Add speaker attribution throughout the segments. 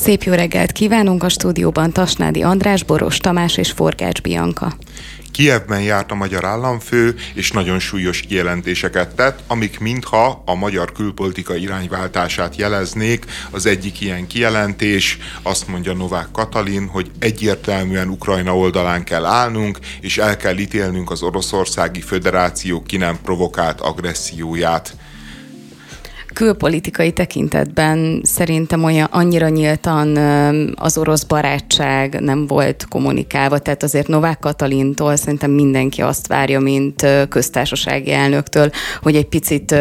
Speaker 1: Szép jó reggelt kívánunk, a stúdióban Tasnádi András, Boros Tamás és Forgács Bianka.
Speaker 2: Kijevben járt a magyar államfő, és nagyon súlyos kijelentéseket tett, amik mintha a magyar külpolitika irányváltását jeleznék. Az egyik ilyen kijelentés, azt mondja Novák Katalin, hogy egyértelműen Ukrajna oldalán kell állnunk, és el kell ítélnünk az Oroszországi Föderáció ki nem provokált agresszióját.
Speaker 1: Külpolitikai tekintetben szerintem annyira nyíltan az orosz barátság nem volt kommunikálva, tehát azért Novák Katalintól szerintem mindenki azt várja, mint köztársasági elnöktől, hogy egy picit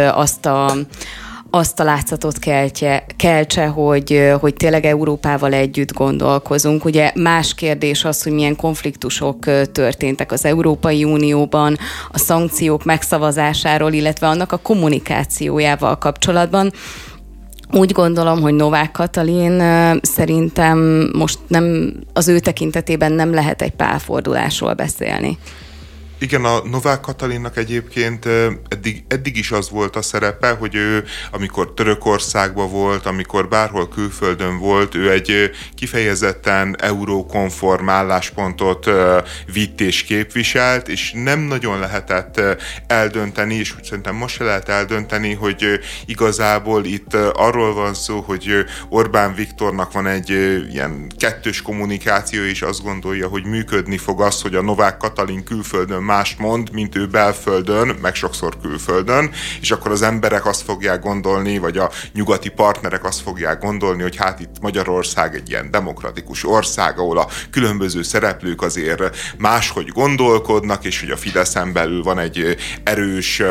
Speaker 1: azt a látszatot keltse, hogy tényleg Európával együtt gondolkozunk. Ugye más kérdés az, hogy milyen konfliktusok történtek az Európai Unióban, a szankciók megszavazásáról, illetve annak a kommunikációjával kapcsolatban. Úgy gondolom, hogy Novák Katalin szerintem most nem, az ő tekintetében nem lehet egy pálfordulásról beszélni.
Speaker 2: Igen, a Novák Katalinnak egyébként eddig is az volt a szerepe, hogy ő, amikor Törökországban volt, amikor bárhol külföldön volt, ő egy kifejezetten eurókonform álláspontot vitt és képviselt, és nem nagyon lehetett eldönteni, és úgy szerintem most se lehet eldönteni, hogy igazából itt arról van szó, hogy Orbán Viktornak van egy ilyen kettős kommunikáció, és azt gondolja, hogy működni fog az, hogy a Novák Katalin külföldön mást mond, mint ő belföldön, meg sokszor külföldön, és akkor az emberek azt fogják gondolni, vagy a nyugati partnerek azt fogják gondolni, hogy hát itt Magyarország egy ilyen demokratikus ország, ahol a különböző szereplők azért máshogy gondolkodnak, és hogy a Fideszen belül van egy erős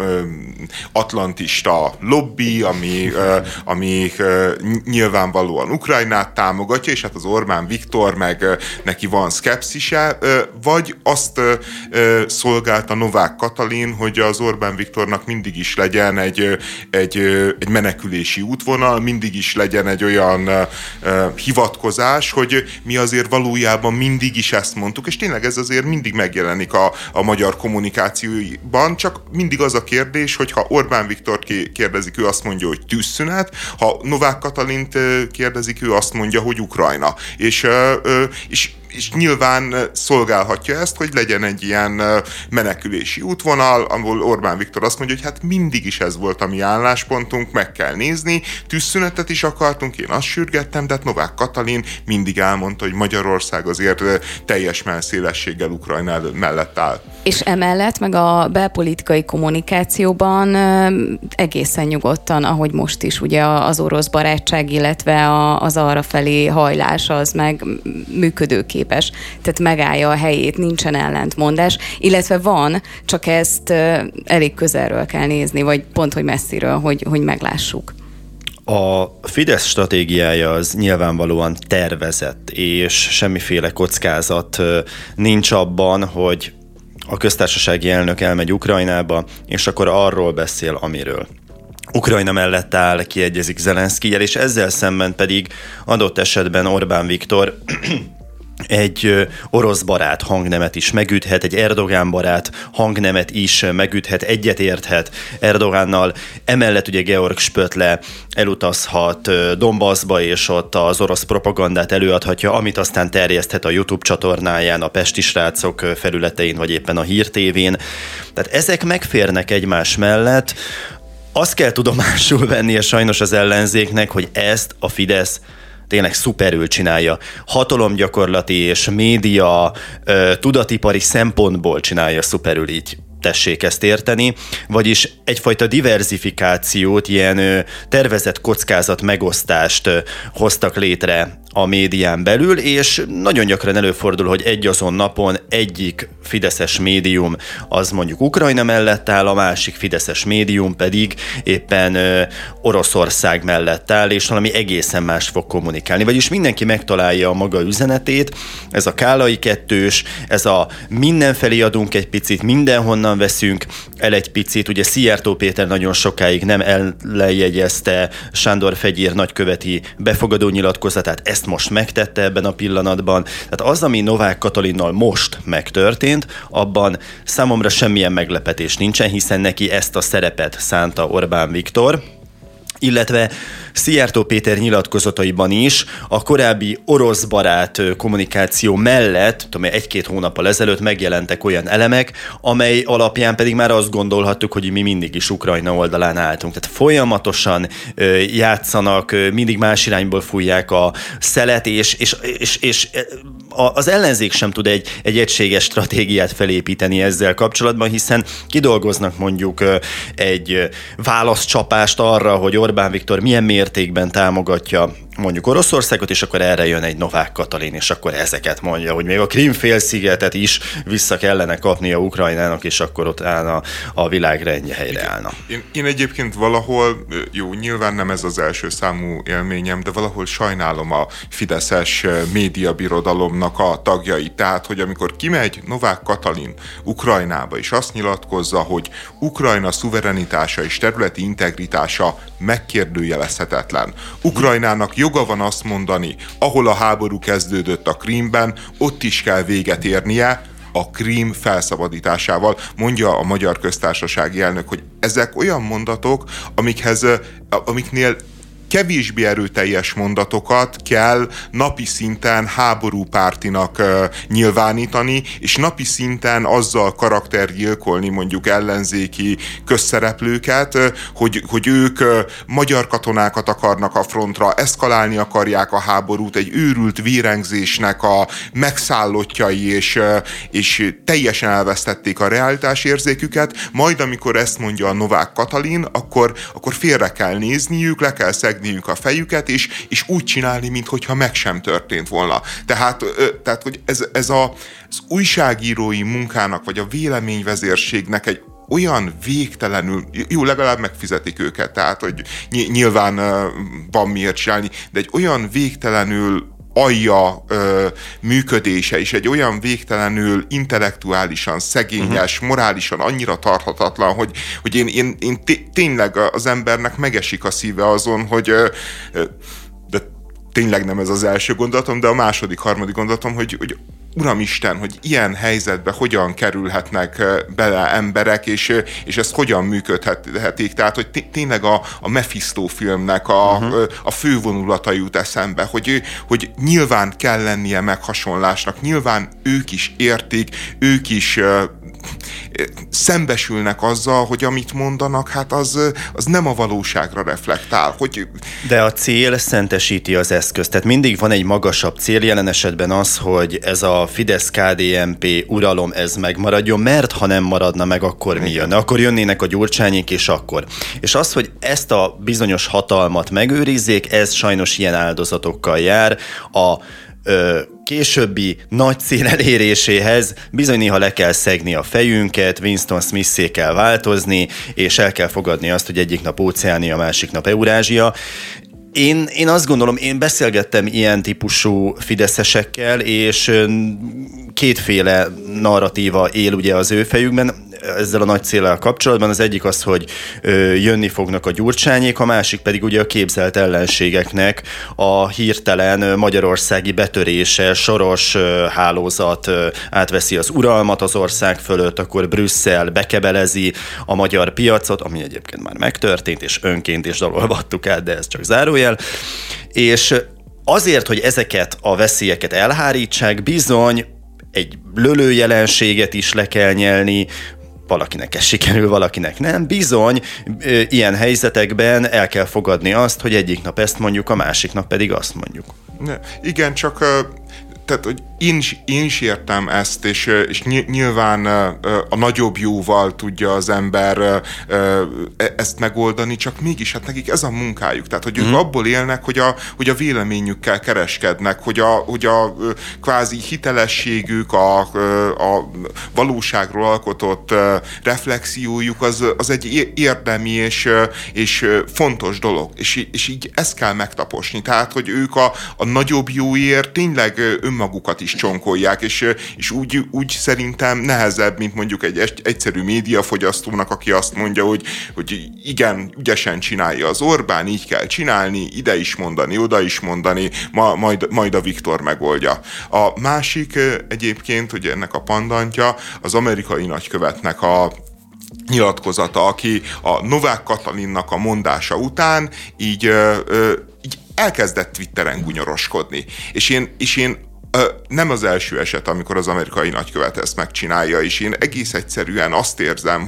Speaker 2: atlantista lobby, ami nyilvánvalóan Ukrajnát támogatja, és hát az Orbán Viktor meg neki van szkepszise, vagy azt szolgálta Novák Katalin, hogy az Orbán Viktornak mindig is legyen egy menekülési útvonal, mindig is legyen egy olyan hivatkozás, hogy mi azért valójában mindig is ezt mondtuk, és tényleg ez azért mindig megjelenik a magyar kommunikációban, csak mindig az a kérdés, hogy ha Orbán Viktor kérdezik, ő azt mondja, hogy tűzszünet, ha Novák Katalint kérdezik, ő azt mondja, hogy Ukrajna. És nyilván szolgálhatja ezt, hogy legyen egy ilyen menekülési útvonal, ahol Orbán Viktor azt mondja, hogy hát mindig is ez volt a mi álláspontunk, meg kell nézni, tűzszünetet is akartunk, én azt sürgettem, de hát Novák Katalin mindig elmondta, hogy Magyarország azért teljes mellszélességgel Ukrajna mellett áll.
Speaker 1: És emellett meg a belpolitikai kommunikációban egészen nyugodtan, ahogy most is ugye az orosz barátság, illetve az arrafelé hajlás az meg működőképes. Tehát megállja a helyét, nincsen ellentmondás, illetve van, csak ezt elég közelről kell nézni, vagy pont, hogy messziről, hogy meglássuk.
Speaker 3: A Fidesz stratégiája az nyilvánvalóan tervezett, és semmiféle kockázat nincs abban, hogy a köztársasági elnök elmegy Ukrajnába, és akkor arról beszél, amiről. Ukrajna mellett áll, kiegyezik Zelenszkijjel, és ezzel szemben pedig adott esetben Orbán Viktor egy orosz barát hangnemet is megüthet, egy Erdogán barát hangnemet is megüthet, egyetérthet Erdogánnal. Emellett ugye Georg Spötle elutazhat Donbassba, és ott az orosz propagandát előadhatja, amit aztán terjeszthet a YouTube csatornáján, a Pesti Srácok felületein, vagy éppen a Hír TV-n. Tehát ezek megférnek egymás mellett. Azt kell tudomásul vennie sajnos az ellenzéknek, hogy ezt a Fidesz tényleg szuperül csinálja. Hatalomgyakorlati és média tudatipari szempontból csinálja szuperül, így tessék ezt érteni, vagyis egyfajta diverzifikációt, ilyen tervezett kockázat megosztást hoztak létre a médián belül, és nagyon gyakran előfordul, hogy egy azon napon egyik fideszes médium az mondjuk Ukrajna mellett áll, a másik fideszes médium pedig éppen Oroszország mellett áll, és valami egészen más fog kommunikálni. Vagyis mindenki megtalálja a maga üzenetét, ez a Kálai kettős, ez a mindenfelé adunk egy picit, mindenhonnan veszünk el egy picit. Ugye Szijjártó Péter nagyon sokáig nem ellenjegyezte Sándor Fegyér nagyköveti befogadó nyilatkozatát, ezt most megtette ebben a pillanatban. Tehát az, ami Novák Katalinnal most megtörtént, abban számomra semmilyen meglepetés nincsen, hiszen neki ezt a szerepet szánta Orbán Viktor, illetve Szijjártó Péter nyilatkozataiban is a korábbi orosz barát kommunikáció mellett, tudom, 1-2 hónappal ezelőtt megjelentek olyan elemek, amely alapján pedig már azt gondolhattuk, hogy mi mindig is Ukrajna oldalán álltunk. Tehát folyamatosan játszanak, mindig más irányból fújják a szelet, és az ellenzék sem tud egy egységes stratégiát felépíteni ezzel kapcsolatban, hiszen kidolgoznak mondjuk egy válaszcsapást arra, hogy Orbán Viktor milyen mértékben támogatja mondjuk Oroszországot, és akkor erre jön egy Novák Katalin, és akkor ezeket mondja, hogy még a Krím-félszigetet is vissza kellene kapnia Ukrajnának, és akkor ott állna a világ rendje, helyreállna.
Speaker 2: Én egyébként valahol, jó, nyilván nem ez az első számú élményem, de valahol sajnálom a fideszes médiabirodalomnak a tagjait. Tehát, hogy amikor kimegy Novák Katalin Ukrajnába, és azt nyilatkozza, hogy Ukrajna szuverenitása és területi integritása megkérdőjelezhetetlen. Ukrajnának joga van azt mondani, ahol a háború kezdődött a Krímben, ott is kell véget érnie a Krím felszabadításával, mondja a Magyar Köztársasági Elnök, hogy ezek olyan mondatok, amiknél kevésbé erőteljes mondatokat kell napi szinten háborúpártinak nyilvánítani, és napi szinten azzal karaktergyilkolni mondjuk ellenzéki közszereplőket, hogy ők magyar katonákat akarnak a frontra, eszkalálni akarják a háborút, egy őrült vérengzésnek a megszállottjai, és teljesen elvesztették a realitásérzéküket, majd amikor ezt mondja a Novák Katalin, akkor félre kell nézniük, le kell szegniük a fejüket, és úgy csinálni, minthogyha meg sem történt volna. Tehát hogy ez az újságírói munkának, vagy a véleményvezérségnek egy olyan végtelenül, jó, legalább megfizetik őket, tehát, hogy nyilván van miért csinálni, de egy olyan végtelenül alja működése, és egy olyan végtelenül intellektuálisan szegényes, morálisan annyira tarthatatlan, hogy én tényleg az embernek megesik a szíve azon, hogy de tényleg nem ez az első gondolatom, de a második, harmadik gondolatom, hogy Uramisten, hogy ilyen helyzetbe hogyan kerülhetnek bele emberek, és ezt hogyan működhetik. Tehát, hogy tényleg a Mephisto filmnek a fővonulata jut eszembe, hogy nyilván kell lennie meghasonlásnak, nyilván ők is értik, ők is szembesülnek azzal, hogy amit mondanak, hát az nem a valóságra reflektál.
Speaker 3: De a cél szentesíti az eszközt. Tehát mindig van egy magasabb cél, jelen esetben az, hogy ez a Fidesz-KDNP uralom ez megmaradjon, mert ha nem maradna meg, akkor mi jönne? Akkor jönnének a Gyurcsányék, és akkor. És az, hogy ezt a bizonyos hatalmat megőrizzék, ez sajnos ilyen áldozatokkal jár. A későbbi nagy cél eléréséhez bizony néha le kell szegni a fejünket, Winston Smith-szé kell változni, és el kell fogadni azt, hogy egyik nap Óceánia, másik nap Eurázsia. Én azt gondolom, én beszélgettem ilyen típusú fideszesekkel, és kétféle narratíva él ugye az ő fejükben ezzel a nagy céllal kapcsolatban. Az egyik az, hogy jönni fognak a Gyurcsányék, a másik pedig ugye a képzelt ellenségeknek a hirtelen magyarországi betörése, Soros hálózat átveszi az uralmat az ország fölött, akkor Brüsszel bekebelezi a magyar piacot, ami egyébként már megtörtént, és önként is dalolvattuk át, de ez csak zárójel. És azért, hogy ezeket a veszélyeket elhárítsák, bizony egy lölőjelenséget is le kell nyelni, valakinek ez sikerül, valakinek nem. Bizony, ilyen helyzetekben el kell fogadni azt, hogy egyik nap ezt mondjuk, a másik nap pedig azt mondjuk.
Speaker 2: Igen, csak tehát, hogy én is értem ezt, és nyilván a nagyobb jóval tudja az ember ezt megoldani, csak mégis hát nekik ez a munkájuk. Tehát, hogy ők abból élnek, hogy a véleményükkel kereskednek, hogy a kvázi hitelességük, a valóságról alkotott reflexiójuk az egy érdemi és fontos dolog. És így ezt kell megtaposni. Tehát, hogy ők a nagyobb jóért tényleg önmagukat is csonkolják, és úgy szerintem nehezebb, mint mondjuk egy egyszerű médiafogyasztónak, aki azt mondja, hogy igen, ügyesen csinálja az Orbán, így kell csinálni, ide is mondani, oda is mondani, majd a Viktor megoldja. A másik egyébként, hogy ennek a pandantja, az amerikai nagykövetnek nyilatkozata, aki a Novák Katalinnak a mondása után így elkezdett Twitteren gunyoroskodni. És én nem az első eset, amikor az amerikai nagykövet ezt megcsinálja, és én egész egyszerűen azt érzem,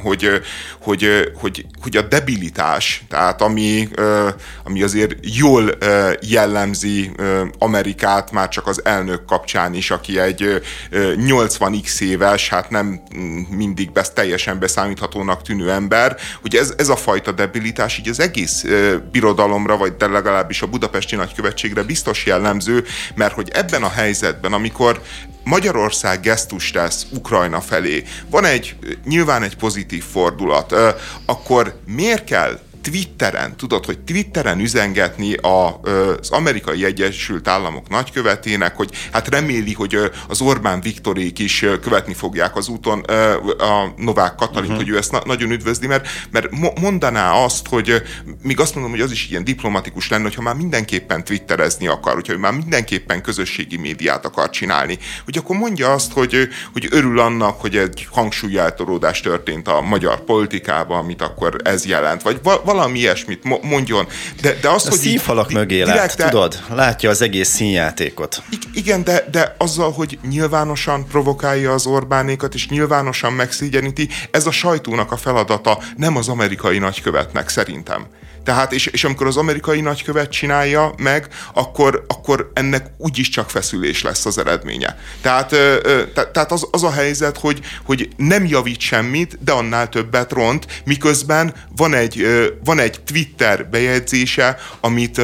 Speaker 2: hogy a debilitás, tehát ami azért jól jellemzi Amerikát, már csak az elnök kapcsán is, aki egy 80x éves, hát nem mindig teljesen beszámíthatónak tűnő ember, hogy ez a fajta debilitás így az egész birodalomra, vagy de legalábbis a budapesti nagykövetségre biztos jellemző, mert hogy ebben a helyzetben, amikor Magyarország gesztust tesz Ukrajna felé, van nyilván egy pozitív fordulat, akkor miért kell Twitteren, tudod, hogy Twitteren üzengetni az Amerikai Egyesült Államok nagykövetének, hogy hát reméli, hogy az Orbán Viktorék is követni fogják az úton a Novák Katalint, hogy ő ezt nagyon üdvözli, mert mondaná azt, hogy még azt mondom, hogy az is ilyen diplomatikus lenne, hogyha már mindenképpen twitterezni akar, hogyha már mindenképpen közösségi médiát akar csinálni, hogy akkor mondja azt, hogy örül annak, hogy egy hangsúlyeltolódás történt a magyar politikában, amit akkor ez jelent, vagy valami ilyesmit mondjon. De az,
Speaker 3: a
Speaker 2: hogy
Speaker 3: színfalak mögé lát, tudod? Látja az egész színjátékot.
Speaker 2: Igen, de azzal, hogy nyilvánosan provokálja az Orbánékat, és nyilvánosan megszégyeníti, ez a sajtónak a feladata, nem az amerikai nagykövetnek szerintem. Tehát, és amikor az amerikai nagykövet csinálja meg, akkor ennek úgyis csak feszülés lesz az eredménye. Tehát az a helyzet, hogy nem javít semmit, de annál többet ront, miközben van egy Twitter bejegyzése, amit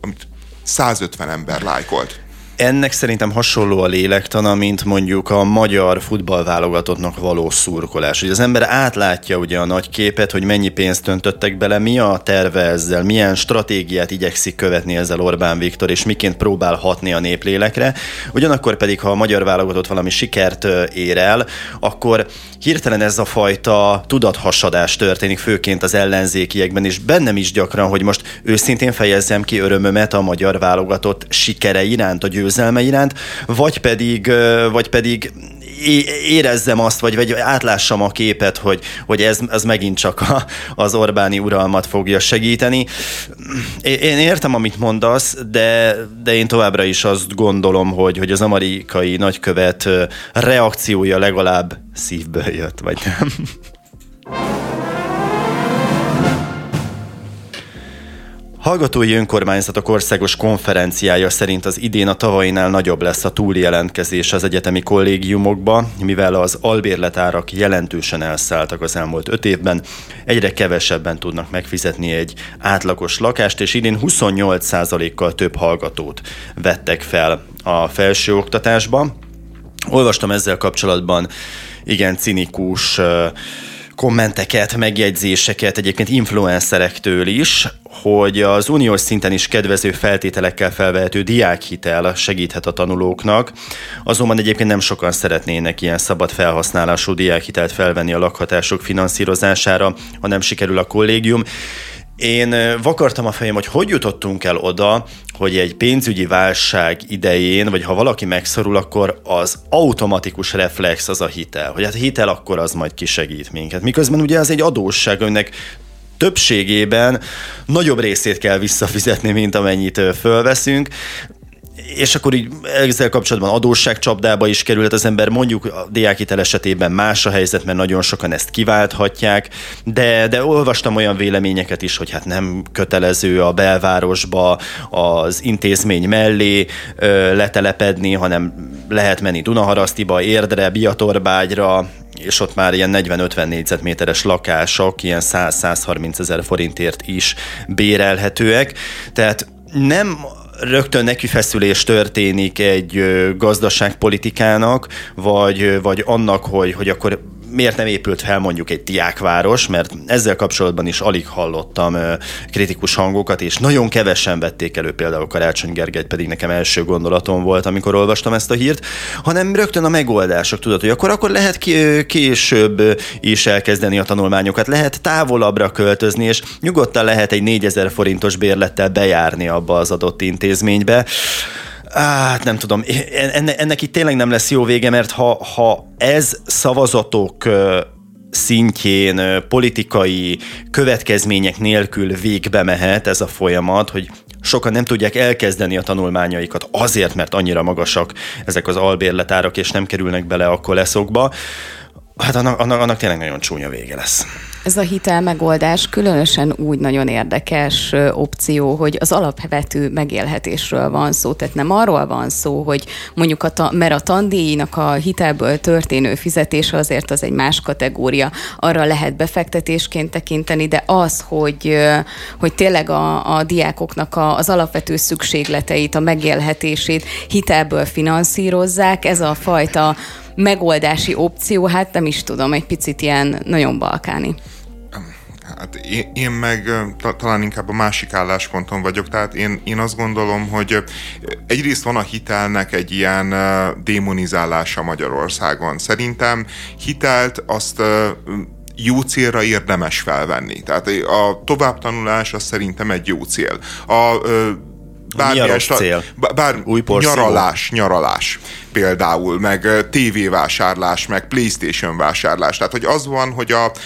Speaker 2: 150 ember lájkolt.
Speaker 3: Ennek szerintem hasonló a lélektana, mint mondjuk a magyar futballválogatottnak való szurkolás. Hogy az ember átlátja ugye a nagy képet, hogy mennyi pénzt öntöttek bele, mi a terve ezzel, milyen stratégiát igyekszik követni ezzel Orbán Viktor, és miként próbál hatni a néplélekre. Ugyanakkor pedig, ha a magyar válogatott valami sikert ér el, akkor hirtelen ez a fajta tudathasadás történik, főként az ellenzékiekben, és bennem is gyakran, hogy most őszintén fejezzem ki örömömet a magyar válogatott sikere iránt, a győzelme iránt, vagy pedig érezzem azt, vagy átlássam a képet, hogy ez megint csak az Orbáni uralmat fogja segíteni. Én értem, amit mondasz, de én továbbra is azt gondolom, hogy az amerikai nagykövet reakciója legalább szívből jött, vagy nem. Hallgatói Önkormányzatok Országos Konferenciája szerint az idén a tavainál nagyobb lesz a túljelentkezés az egyetemi kollégiumokba, mivel az albérletárak jelentősen elszálltak az elmúlt 5 évben, egyre kevesebben tudnak megfizetni egy átlagos lakást, és idén 28%-kal több hallgatót vettek fel a felsőoktatásba. Olvastam ezzel kapcsolatban igen cinikus kommenteket, megjegyzéseket egyébként influencerektől is, hogy az uniós szinten is kedvező feltételekkel felvehető diákhitel segíthet a tanulóknak, azonban egyébként nem sokan szeretnének ilyen szabad felhasználású diákhitelt felvenni a lakhatások finanszírozására, ha nem sikerül a kollégium. Én vakartam a fejem, hogy jutottunk el oda, hogy egy pénzügyi válság idején, vagy ha valaki megszorul, akkor az automatikus reflex az a hitel. Hogy hát a hitel akkor az majd kisegít minket. Miközben ugye az egy adósság, önnek többségében nagyobb részét kell visszafizetni, mint amennyit fölveszünk, és akkor így ezzel kapcsolatban adósságcsapdába is kerülhet az ember, mondjuk a diákhitel esetében más a helyzet, mert nagyon sokan ezt kiválthatják, de olvastam olyan véleményeket is, hogy hát nem kötelező a belvárosba az intézmény mellé letelepedni, hanem lehet menni Dunaharasztiba, Érdre, Biatorbágyra, és ott már ilyen 40-50 négyzetméteres lakások, ilyen 100-130 ezer forintért is bérelhetőek, tehát nem rögtön nekifeszülés történik egy gazdaságpolitikának, vagy annak, hogy akkor miért nem épült fel mondjuk egy diákváros, mert ezzel kapcsolatban is alig hallottam kritikus hangokat, és nagyon kevesen vették elő, például Karácsony Gergely, pedig nekem első gondolatom volt, amikor olvastam ezt a hírt, hanem rögtön a megoldások, tudod, hogy akkor lehet később is elkezdeni a tanulmányokat, lehet távolabbra költözni, és nyugodtan lehet egy 4000 forintos bérlettel bejárni abba az adott intézménybe. Hát nem tudom, ennek itt tényleg nem lesz jó vége, mert ha ez szavazatok szintjén politikai következmények nélkül végbe mehet ez a folyamat, hogy sokan nem tudják elkezdeni a tanulmányaikat azért, mert annyira magasak ezek az albérletárak, és nem kerülnek bele a koleszokba, hát annak tényleg nagyon csúnya vége lesz.
Speaker 1: Ez a hitel megoldás különösen úgy nagyon érdekes opció, hogy az alapvető megélhetésről van szó, tehát nem arról van szó, hogy mondjuk mert a tandíjnak a hitelből történő fizetése azért az egy más kategória, arra lehet befektetésként tekinteni, de az, hogy tényleg a diákoknak az alapvető szükségleteit, a megélhetését hitelből finanszírozzák, ez a fajta megoldási opció, hát nem is tudom, egy picit ilyen nagyon balkáni.
Speaker 2: Hát én meg talán inkább a másik állásponton vagyok, tehát én azt gondolom, hogy egyrészt van a hitelnek egy ilyen démonizálása Magyarországon. Szerintem hitelt azt jó célra érdemes felvenni. Tehát a továbbtanulás az szerintem egy jó cél. Nyaralás például, meg tévévásárlás, meg PlayStation vásárlás. Tehát, hogy az van,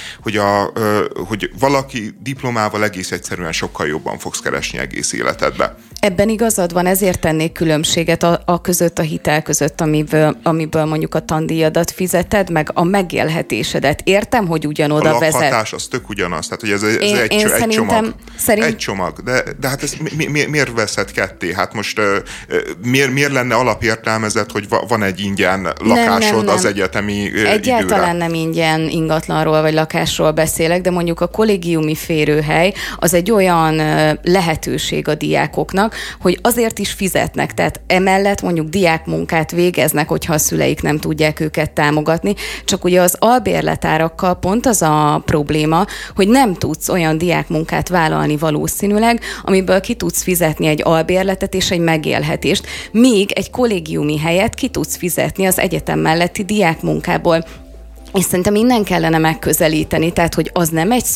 Speaker 2: hogy valaki diplomával egész egyszerűen sokkal jobban fogsz keresni egész életedbe.
Speaker 1: Ebben igazad van, ezért tennék különbséget a között, a hitel között, amiből mondjuk a tandíjadat fizeted, meg a megélhetésedet. Értem, hogy ugyanoda vezet.
Speaker 2: A lakhatás az tök ugyanaz, tehát hogy ez egy csomag. Egy csomag. De hát ezt miért veszed ketté? Hát most miért lenne alapértelmezett, hogy van egy ingyen lakásod nem. Az egyetemi időre?
Speaker 1: Egyáltalán nem ingyen ingatlanról vagy lakásról beszélek, de mondjuk a kollégiumi férőhely az egy olyan lehetőség a diákoknak, hogy azért is fizetnek, tehát emellett mondjuk diákmunkát végeznek, hogyha a szüleik nem tudják őket támogatni, csak ugye az albérletárakkal pont az a probléma, hogy nem tudsz olyan diákmunkát vállalni valószínűleg, amiből ki tudsz fizetni egy albérletet és egy megélhetést, míg egy kollégiumi helyet ki tudsz fizetni az egyetem melletti diákmunkából. És szerintem innen kellene megközelíteni, tehát hogy az nem egy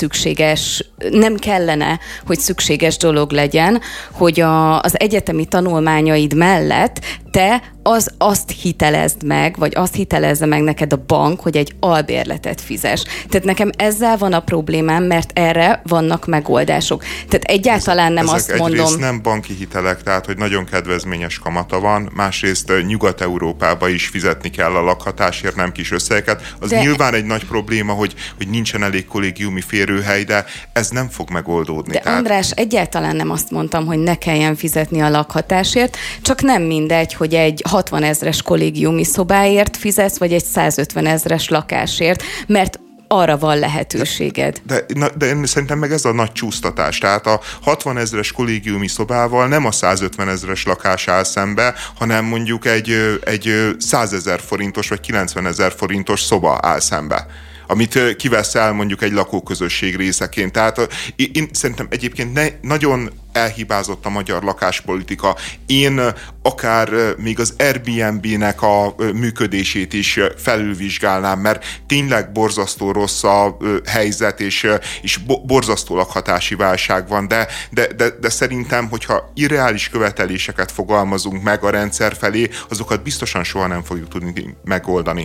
Speaker 1: nem kellene, hogy szükséges dolog legyen, hogy az egyetemi tanulmányaid mellett te azt hitelezd meg, vagy azt hitelezze meg neked a bank, hogy egy albérletet fizes. Tehát nekem ezzel van a problémám, mert erre vannak megoldások. Tehát egyáltalán nem azt mondom...
Speaker 2: Egyrészt nem banki hitelek, tehát hogy nagyon kedvezményes kamata van, másrészt Nyugat-Európába is fizetni kell a lakhatásért, nem kis összegeket. Az nyilván egy nagy probléma, hogy nincsen elég kollégiumi férőhely, de ez nem fog megoldódni.
Speaker 1: De András, egyáltalán nem azt mondtam, hogy ne kelljen fizetni a lakhatásért, csak nem mindegy, hogy egy 60 000 kollégiumi szobáért fizetsz, vagy egy 150 000 lakásért, mert arra van lehetőséged.
Speaker 2: De én szerintem meg ez a nagy csúsztatás. Tehát a 60 000 kollégiumi szobával nem a 150 000 lakás áll szembe, hanem mondjuk egy 100 000 forintos vagy 90 000 forintos szoba áll szembe, amit kiveszel mondjuk egy lakóközösség részeként. Tehát én szerintem egyébként nagyon elhibázott a magyar lakáspolitika. Én akár még az Airbnb-nek a működését is felülvizsgálnám, mert tényleg borzasztó rossz a helyzet, és borzasztó lakhatási válság van, de szerintem, hogyha irreális követeléseket fogalmazunk meg a rendszer felé, azokat biztosan soha nem fogjuk tudni megoldani.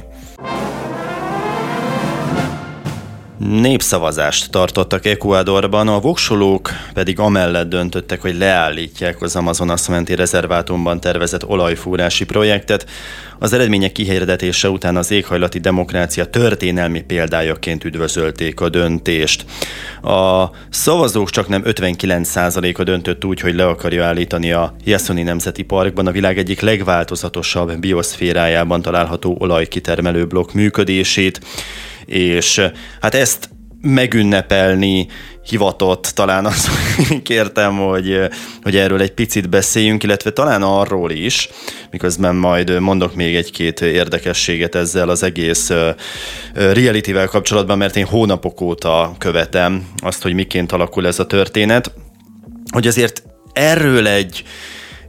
Speaker 3: Népszavazást tartottak Ecuadorban, a voksolók pedig amellett döntöttek, hogy leállítják az Amazonas menti rezervátumban tervezett olajfúrási projektet. Az eredmények kihirdetése után az éghajlati demokrácia történelmi példájaként üdvözölték a döntést. A szavazók csaknem 59%-a döntött úgy, hogy le akarja állítani a Yasuni Nemzeti Parkban a világ egyik legváltozatosabb bioszférájában található olajkitermelő blokk működését, és hát ezt megünnepelni hivatott talán az, kértem, hogy erről egy picit beszéljünk, illetve talán arról is, miközben majd mondok még egy-két érdekességet ezzel az egész reality-vel kapcsolatban, mert én hónapok óta követem azt, hogy miként alakul ez a történet, hogy azért erről egy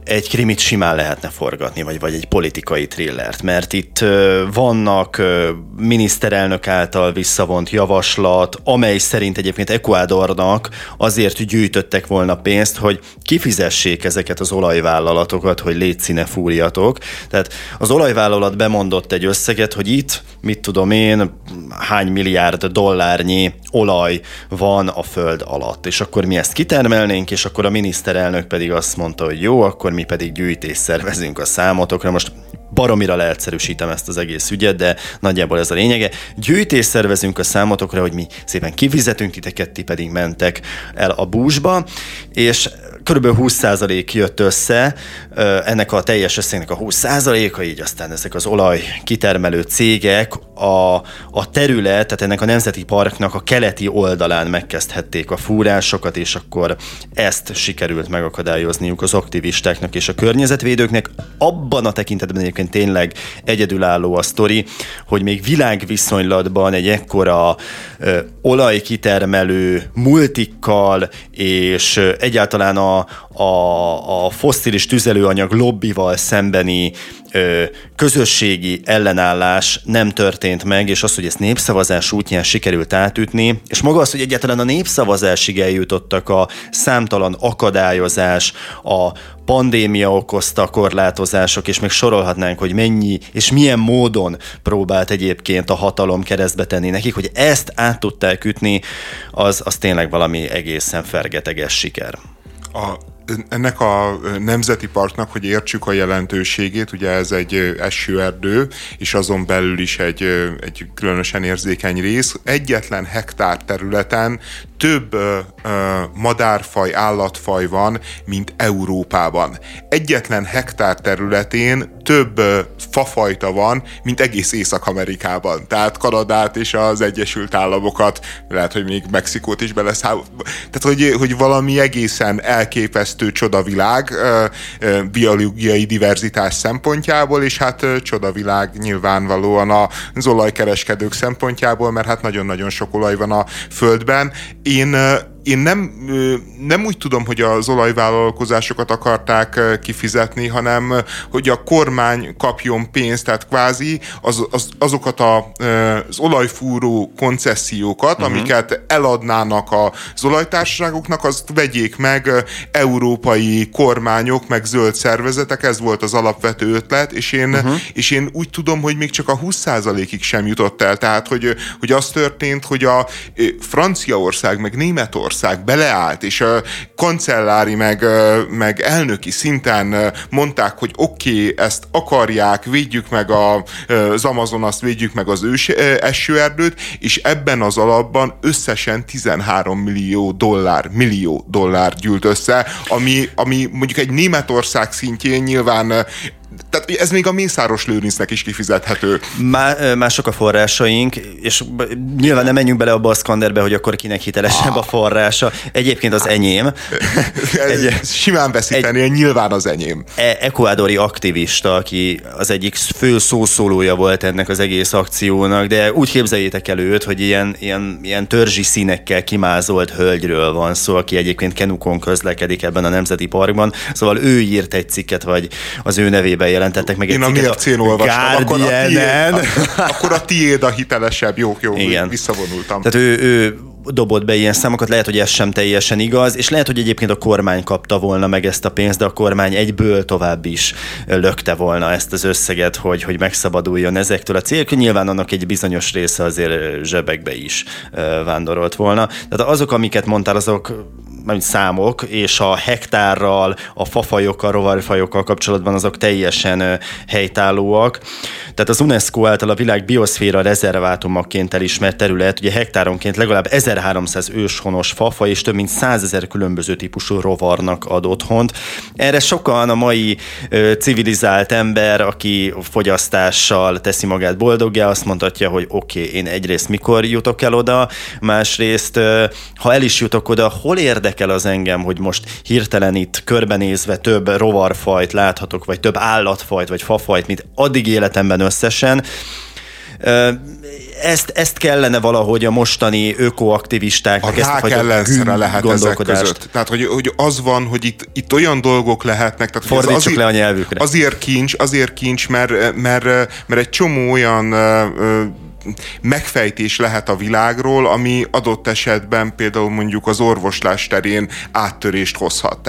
Speaker 3: egy krimit simán lehetne forgatni, vagy egy politikai thrillert, mert itt vannak miniszterelnök által visszavont javaslat, amely szerint egyébként Ecuadornak azért gyűjtöttek volna pénzt, hogy kifizessék ezeket az olajvállalatokat, hogy létszi ne fúrjatok. Tehát az olajvállalat bemondott egy összeget, hogy itt, mit tudom én, hány milliárd dollárnyi olaj van a föld alatt, és akkor mi ezt kitermelnénk, és akkor a miniszterelnök pedig azt mondta, hogy jó, akkor mi pedig gyűjtést szervezünk a számotokra. Most baromira leegyszerűsítem ezt az egész ügyet, de nagyjából ez a lényege. Gyűjtést szervezünk a számotokra, hogy mi szépen kifizetünk titeket, ti pedig mentek el a búzsba, és körülbelül 20% jött össze, ennek a teljes összegnek a 20%-a, így aztán ezek az olaj kitermelő cégek a terület, tehát ennek a nemzeti parknak a keleti oldalán megkezdhették a fúrásokat, és akkor ezt sikerült megakadályozniuk az aktivistáknak és a környezetvédőknek. Abban a tekintetben egyébként tényleg egyedülálló a sztori, hogy még világviszonylatban egy ekkora olajkitermelő multikkal és egyáltalán a fosszilis tüzelőanyag lobbival szembeni közösségi ellenállás nem történt meg, és az, hogy ezt népszavazás útján sikerült átütni, és maga az, hogy egyáltalán a népszavazásig eljutottak a számtalan akadályozás, a pandémia okozta korlátozások, és még sorolhatnánk, hogy mennyi és milyen módon próbált egyébként a hatalom keresztbe tenni nekik, hogy ezt át tudták ütni, az tényleg valami egészen fergeteges siker.
Speaker 2: Ennek a nemzeti parknak, hogy értsük a jelentőségét, ugye ez egy esőerdő, és azon belül is egy különösen érzékeny rész. Egyetlen hektár területen több madárfaj, állatfaj van, mint Európában. Egyetlen hektár területén több fafajta van, mint egész Észak-Amerikában. Tehát Kanadát és az Egyesült Államokat, lehet, hogy még Mexikót is beleszáll. Tehát, hogy valami egészen elképesztő csodavilág biológiai diverzitás szempontjából, és hát csodavilág nyilvánvalóan az olajkereskedők szempontjából, mert hát nagyon-nagyon sok olaj van a földben. Én nem úgy tudom, hogy az olajvállalkozásokat akarták kifizetni, hanem hogy a kormány kapjon pénzt, tehát kvázi azokat az olajfúró koncesziókat, amiket eladnának az olajtársaságoknak, azt vegyék meg európai kormányok, meg zöld szervezetek, ez volt az alapvető ötlet, és én úgy tudom, hogy még csak a 20%-ig sem jutott el, tehát hogy az történt, hogy a Franciaország, meg Németország beleállt, és a kancellári meg elnöki szinten mondták, hogy oké, ezt akarják, védjük meg az Amazonast, védjük meg az esőerdőt, és ebben az alapban összesen 13 millió dollár gyűlt össze, ami mondjuk egy Németország szintjén nyilván. Tehát ez még a Mészáros Lőrincnek is kifizethető.
Speaker 3: Mások a forrásaink, és nyilván nem menjünk bele abba a szkanderbe, hogy akkor kinek hitelesebb a forrása. Egyébként az enyém.
Speaker 2: Simán veszíteni, nyilván az enyém.
Speaker 3: Ecuadori aktivista, aki az egyik fő szószólója volt ennek az egész akciónak, de úgy képzeljétek el őt, hogy ilyen törzsi színekkel kimázolt hölgyről van szó, aki egyébként kenukon közlekedik ebben a nemzeti parkban. Szóval ő írt egy cikket, vagy az ő nevében jelentettek meg egy cikket.
Speaker 2: Én a Mércén olvastam, akkor a tiéd a hitelesebb. Jó, igen. Visszavonultam.
Speaker 3: Tehát ő dobott be ilyen számokat, lehet, hogy ez sem teljesen igaz, és lehet, hogy egyébként a kormány kapta volna meg ezt a pénzt, de a kormány egyből tovább is lökte volna ezt az összeget, hogy megszabaduljon ezektől a célkül. Nyilván annak egy bizonyos része azért zsebekbe is vándorolt volna. Tehát azok, amiket mondtál, azok számok, és a hektárral, a fafajokkal, rovarfajokkal kapcsolatban azok teljesen helytállóak. Tehát az UNESCO által a világ bioszféra rezervátumaként elismert terület, ugye hektáronként legalább 1300 őshonos fafaj és több mint 100 000 különböző típusú rovarnak ad otthont. Erre sokan a mai civilizált ember, aki fogyasztással teszi magát boldoggá, azt mondhatja, hogy oké, én egyrészt mikor jutok el oda, másrészt, ha el is jutok oda, hol érdekel az engem, hogy most hirtelen itt körbenézve több rovarfajt láthatok, vagy több állatfajt, vagy fafajt, mint addig életemben összesen. Ezt kellene valahogy a mostani ökoaktivistáknak,
Speaker 2: a rák ellenszere lehet ezek között. Tehát, hogy az van, hogy itt olyan dolgok lehetnek. Tehát,
Speaker 3: fordítsuk le a nyelvükre.
Speaker 2: Azért kincs, mert egy csomó olyan megfejtés lehet a világról, ami adott esetben például mondjuk az orvoslás terén áttörést hozhat.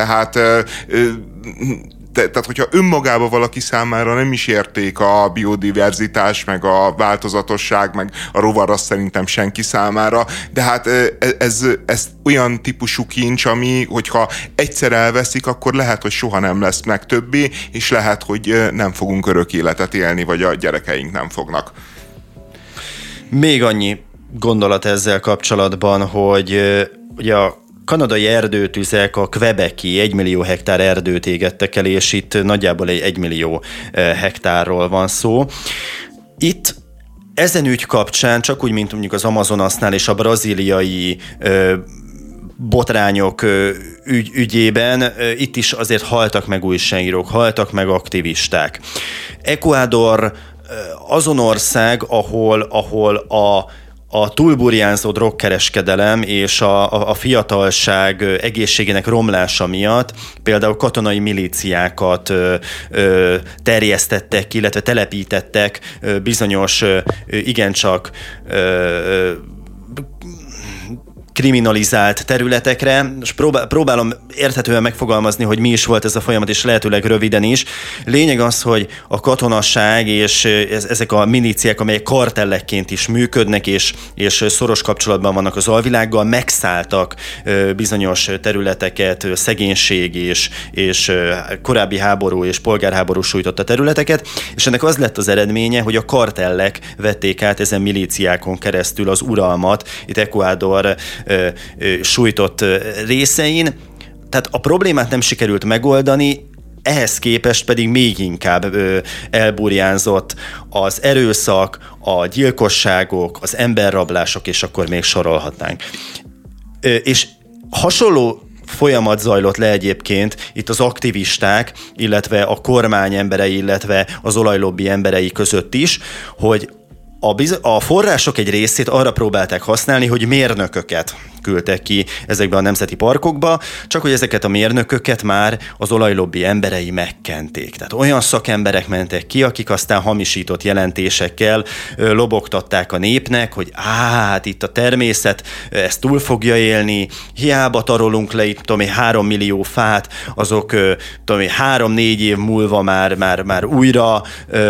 Speaker 2: Tehát, hogyha önmagában valaki számára nem is érték a biodiverzitás, meg a változatosság, meg a rovar, azt szerintem senki számára, de hát ez olyan típusú kincs, ami, hogyha egyszer elveszik, akkor lehet, hogy soha nem lesz meg többé, és lehet, hogy nem fogunk örök életet élni, vagy a gyerekeink nem fognak.
Speaker 3: Még annyi gondolat ezzel kapcsolatban, hogy ugye a kanadai erdőtüzek a quebeci 1 millió hektár erdőt égettek el, és itt nagyjából egy 1 millió hektárról van szó. Itt ezen ügy kapcsán, csak úgy, mint mondjuk az Amazonasnál és a brazíliai botrányok ügyében, itt is azért haltak meg újságírók, haltak meg aktivisták. Ecuador azon ország, ahol a túlburjánzó drogkereskedelem és a fiatalság egészségének romlása miatt például katonai milíciákat terjesztettek, illetve telepítettek bizonyos igencsak kriminalizált területekre, és próbálom érthetően megfogalmazni, hogy mi is volt ez a folyamat, és lehetőleg röviden is. Lényeg az, hogy a katonaság és ezek a milíciák, amelyek kartellekként is működnek, és szoros kapcsolatban vannak az alvilággal, megszálltak bizonyos területeket, szegénység és korábbi háború és polgárháború sújtotta területeket, és ennek az lett az eredménye, hogy a kartellek vették át ezen milíciákon keresztül az uralmat, itt Ecuador sújtott részein. Tehát a problémát nem sikerült megoldani, ehhez képest pedig még inkább elburjánzott az erőszak, a gyilkosságok, az emberrablások, és akkor még sorolhatnánk. És hasonló folyamat zajlott le egyébként itt az aktivisták, illetve a kormány emberei, illetve az olajlobbi emberei között is, hogy a források egy részét arra próbálták használni, hogy mérnököket küldtek ki ezekbe a nemzeti parkokba, csak hogy ezeket a mérnököket már az olajlobbi emberei megkenték. Tehát olyan szakemberek mentek ki, akik aztán hamisított jelentésekkel lobogtatták a népnek, hogy hát itt a természet ezt túl fogja élni, hiába tarolunk le itt 3 millió fát, azok 3-4 év múlva már újra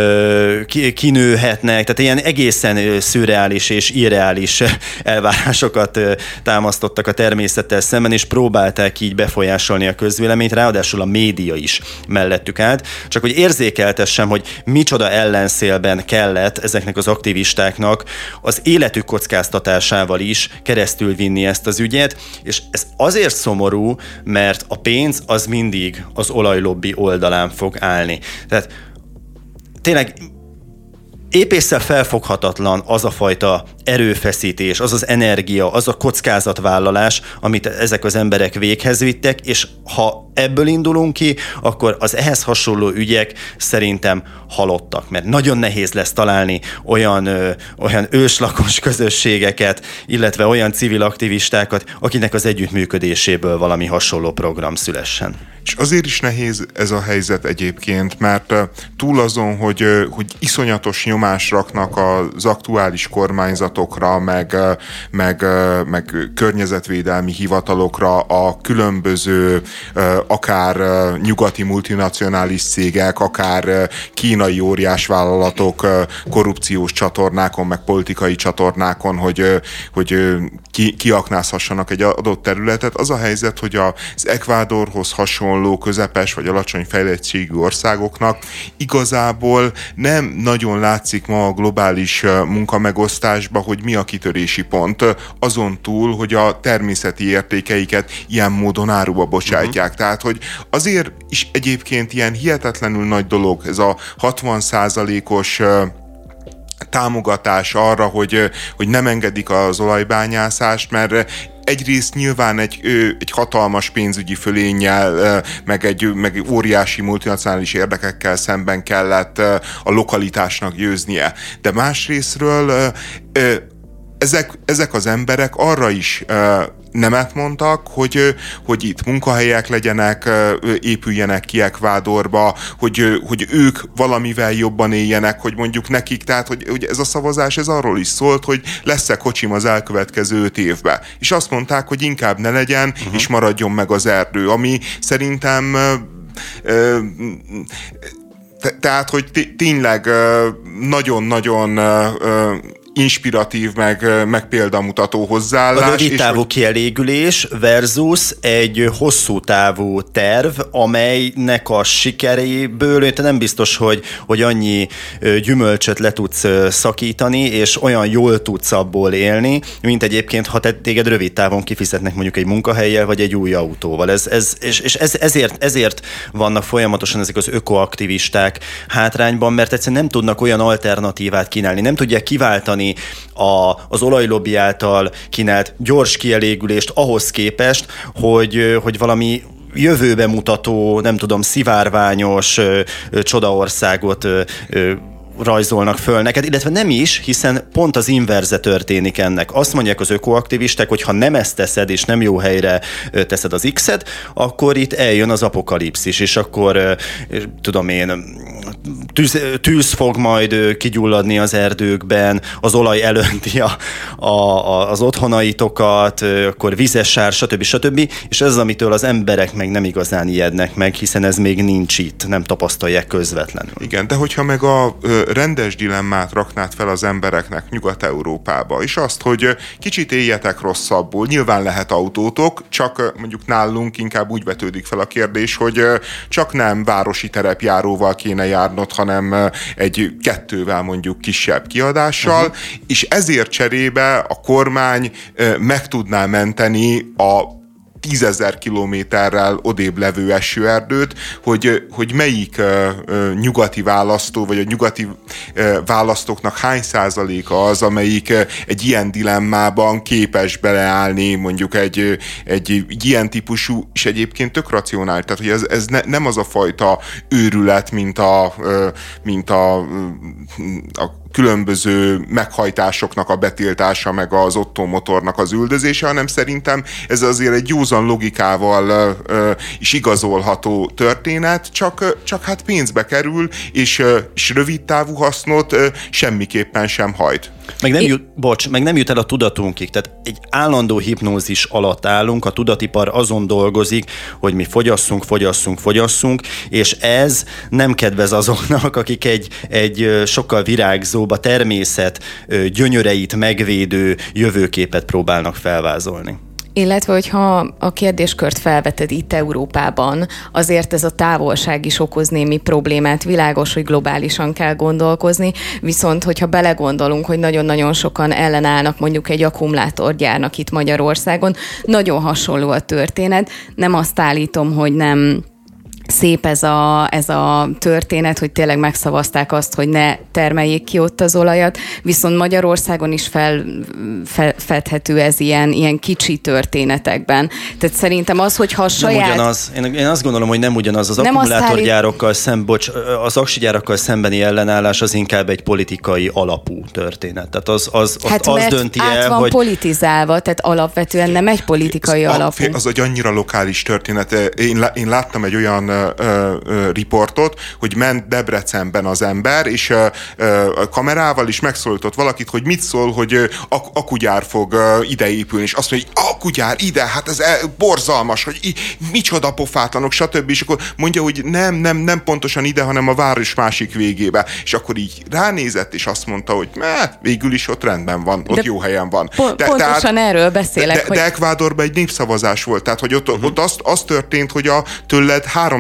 Speaker 3: kinőhetnek, tehát ilyen egészen szürreális és irreális elvárásokat támasztottak a természettel szemben, és próbálták így befolyásolni a közvéleményt, ráadásul a média is mellettük állt. Csak hogy érzékeltessem, hogy micsoda ellenszélben kellett ezeknek az aktivistáknak az életük kockáztatásával is keresztül vinni ezt az ügyet, és ez azért szomorú, mert a pénz az mindig az olajlobbi oldalán fog állni. Tehát tényleg épésszel felfoghatatlan az a fajta erőfeszítés, az az energia, az a kockázatvállalás, amit ezek az emberek véghez vittek, és ha ebből indulunk ki, akkor az ehhez hasonló ügyek szerintem halottak, mert nagyon nehéz lesz találni olyan őslakos közösségeket, illetve olyan civil aktivistákat, akinek az együttműködéséből valami hasonló program szülessen.
Speaker 2: És azért is nehéz ez a helyzet egyébként, mert túl azon, hogy iszonyatos nyomást raknak az aktuális kormányzatokra, meg környezetvédelmi hivatalokra a különböző akár nyugati multinacionális cégek, akár kínai óriásvállalatok korrupciós csatornákon, meg politikai csatornákon, hogy kiaknázhassanak egy adott területet. Az a helyzet, hogy az Ecuadorhoz hasonló közepes vagy alacsony fejlettségű országoknak igazából nem nagyon látszik ma a globális munkamegosztásba, hogy mi a kitörési pont, azon túl, hogy a természeti értékeiket ilyen módon áruba bocsátják. Tehát, hogy azért is egyébként ilyen hihetetlenül nagy dolog ez a 60%-os támogatás arra, hogy nem engedik az olajbányászást, mert egyrészt nyilván egy hatalmas pénzügyi fölénnyel, meg óriási multinacionális érdekekkel szemben kellett a lokalitásnak győznie. De másrésztről ezek az emberek arra is nemet mondtak, hogy itt munkahelyek legyenek, épüljenek ki Ekvádorba, hogy ők valamivel jobban éljenek, hogy mondjuk nekik, tehát hogy ez a szavazás ez arról is szólt, hogy lesz-e kocsim az elkövetkező 5 évben. És azt mondták, hogy inkább ne legyen, és maradjon meg az erdő, ami szerintem tehát, hogy tényleg nagyon-nagyon inspiratív, meg példamutató hozzáállás.
Speaker 3: A rövid távú kielégülés versus egy hosszú távú terv, amelynek a sikeréből te nem biztos, hogy annyi gyümölcsöt le tudsz szakítani, és olyan jól tudsz abból élni, mint egyébként, ha téged rövid távon kifizetnek mondjuk egy munkahellyel, vagy egy új autóval. Ezért vannak folyamatosan ezek az ökoaktivisták hátrányban, mert egyszerűen nem tudnak olyan alternatívát kínálni, nem tudják kiváltani az olajlobby által kínált gyors kielégülést ahhoz képest, hogy valami jövőbe mutató, nem tudom, szivárványos csodaországot rajzolnak föl neked, illetve nem is, hiszen pont az inverze történik ennek. Azt mondják az ökoaktivisták, hogy ha nem ezt teszed, és nem jó helyre teszed az X-et, akkor itt eljön az apokalipszis, és akkor tudom én, tűz fog majd kigyulladni az erdőkben, az olaj elönti az otthonaitokat, akkor vizes sár, stb. És ez az, amitől az emberek meg nem igazán ijednek meg, hiszen ez még nincs itt, nem tapasztalják közvetlenül.
Speaker 2: Igen, de hogyha meg a rendes dilemmát raknád fel az embereknek Nyugat-Európába, és azt, hogy kicsit éljetek rosszabbul, nyilván lehet autótok, csak mondjuk nálunk inkább úgy vetődik fel a kérdés, hogy csak nem városi terepjáróval kéne járnod, hanem egy 2-vel mondjuk kisebb kiadással, és ezért cserébe a kormány meg tudná menteni a 10 000 kilométerrel odébb levő esőerdőt, hogy melyik nyugati választó, vagy a nyugati választóknak hány százaléka az, amelyik egy ilyen dilemmában képes beleállni mondjuk egy ilyen típusú, és egyébként tök racionális. Tehát, hogy ez nem az a fajta őrület, mint a különböző meghajtásoknak a betiltása, meg az Otto motornak az üldözése, hanem szerintem ez azért egy józan logikával is igazolható történet, csak hát pénzbe kerül, és rövid távú hasznot semmiképpen sem hajt.
Speaker 3: Meg nem jut el a tudatunkig. Tehát egy állandó hipnózis alatt állunk, a tudatipar azon dolgozik, hogy mi fogyasszunk, és ez nem kedvez azoknak, akik egy sokkal virágzóbb, a természet gyönyöreit megvédő jövőképet próbálnak felvázolni.
Speaker 1: Illetve, hogyha a kérdéskört felveted itt Európában, azért ez a távolság is okoz némi problémát. Világos, hogy globálisan kell gondolkozni, viszont hogyha belegondolunk, hogy nagyon-nagyon sokan ellenállnak mondjuk egy akkumulátorgyárnak itt Magyarországon, nagyon hasonló a történet. Nem azt állítom, hogy nem szép ez a történet, hogy tényleg megszavazták azt, hogy ne termeljék ki ott az olajat, viszont Magyarországon is felfedhető ez ilyen kicsi történetekben. Tehát szerintem az, hogyha a saját...
Speaker 3: Nem ugyanaz. Én azt gondolom, hogy nem ugyanaz. Az akkumulátorgyárokkal az aksigyárakkal szembeni ellenállás az inkább egy politikai alapú történet. Tehát az dönti el,
Speaker 2: hogy...
Speaker 1: van politizálva, tehát alapvetően nem egy politikai alapú.
Speaker 2: Az egy annyira lokális történet. Én láttam egy olyan riportot, hogy ment Debrecenben az ember, és kamerával is megszólított valakit, hogy mit szól, hogy akugyár fog ide épülni, és azt mondja, hogy akugyár ide, hát ez borzalmas, hogy micsoda pofátlanok, stb. És akkor mondja, hogy nem pontosan ide, hanem a város másik végébe. És akkor így ránézett, és azt mondta, hogy végül is ott rendben van, ott jó helyen van.
Speaker 1: Pontosan erről beszélek.
Speaker 2: De Ekvádorban egy népszavazás volt, tehát hogy ott az történt, hogy tőled 300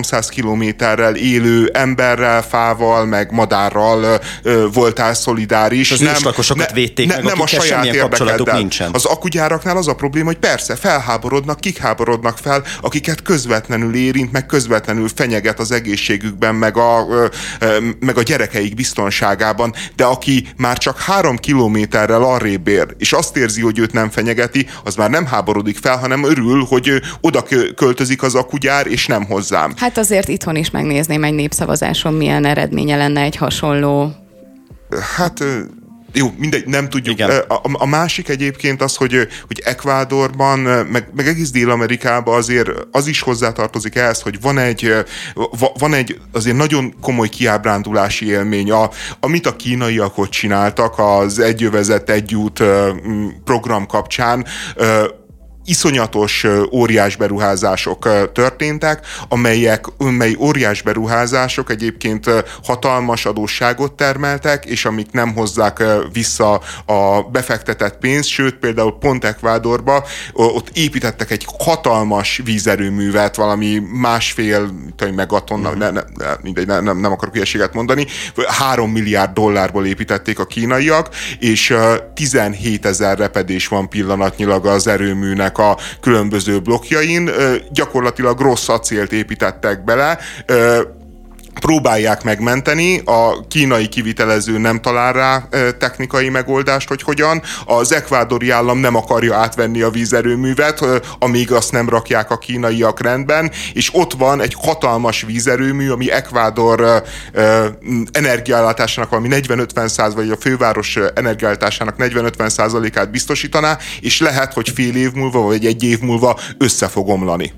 Speaker 2: 300 kilométerrel élő emberrel, fával, meg madárral voltál szolidáris.
Speaker 3: Az őslakosokat védték meg,
Speaker 2: nem a saját
Speaker 3: érdekeddel. Nincsen.
Speaker 2: Az akugyáraknál az a probléma, hogy persze felháborodnak, kik háborodnak fel, akiket közvetlenül érint, meg közvetlenül fenyeget az egészségükben, meg a gyerekeik biztonságában, de aki már csak 3 kilométerrel arrébb ér, és azt érzi, hogy őt nem fenyegeti, az már nem háborodik fel, hanem örül, hogy oda költözik az akugyár, és nem hozzám.
Speaker 1: Hát azért itthon is megnézném egy népszavazáson, milyen eredménye lenne egy hasonló.
Speaker 2: Hát jó, mindegy, nem tudjuk. A másik egyébként az, hogy Ekvádorban, meg egész Dél-Amerikában azért az is hozzátartozik ehhez, hogy van egy azért nagyon komoly kiábrándulási élmény. Amit a kínaiak ott csináltak az Egy övezet, egy út program kapcsán, iszonyatos óriás beruházások történtek, amely óriás beruházások egyébként hatalmas adósságot termeltek, és amik nem hozzák vissza a befektetett pénzt, sőt például pont Ekvádorba ott építettek egy hatalmas vízerőművet, valami 1,5 megatonna, nem akarok hülyeséget mondani, 3 milliárd dollárból építették a kínaiak, és 17 000 repedés van pillanatnyilag az erőműnek a különböző blokkjain, gyakorlatilag rossz acélt építettek bele, próbálják megmenteni, a kínai kivitelező nem talál rá technikai megoldást, hogy hogyan. Az ekvádori állam nem akarja átvenni a vízerőművet, amíg azt nem rakják a kínaiak rendben, és ott van egy hatalmas vízerőmű, ami Ekvádor energiaellátásának valami 40-50%, vagy a főváros energiaellátásának 40-50%-át biztosítaná, és lehet, hogy fél év múlva, vagy egy év múlva össze fog omlani.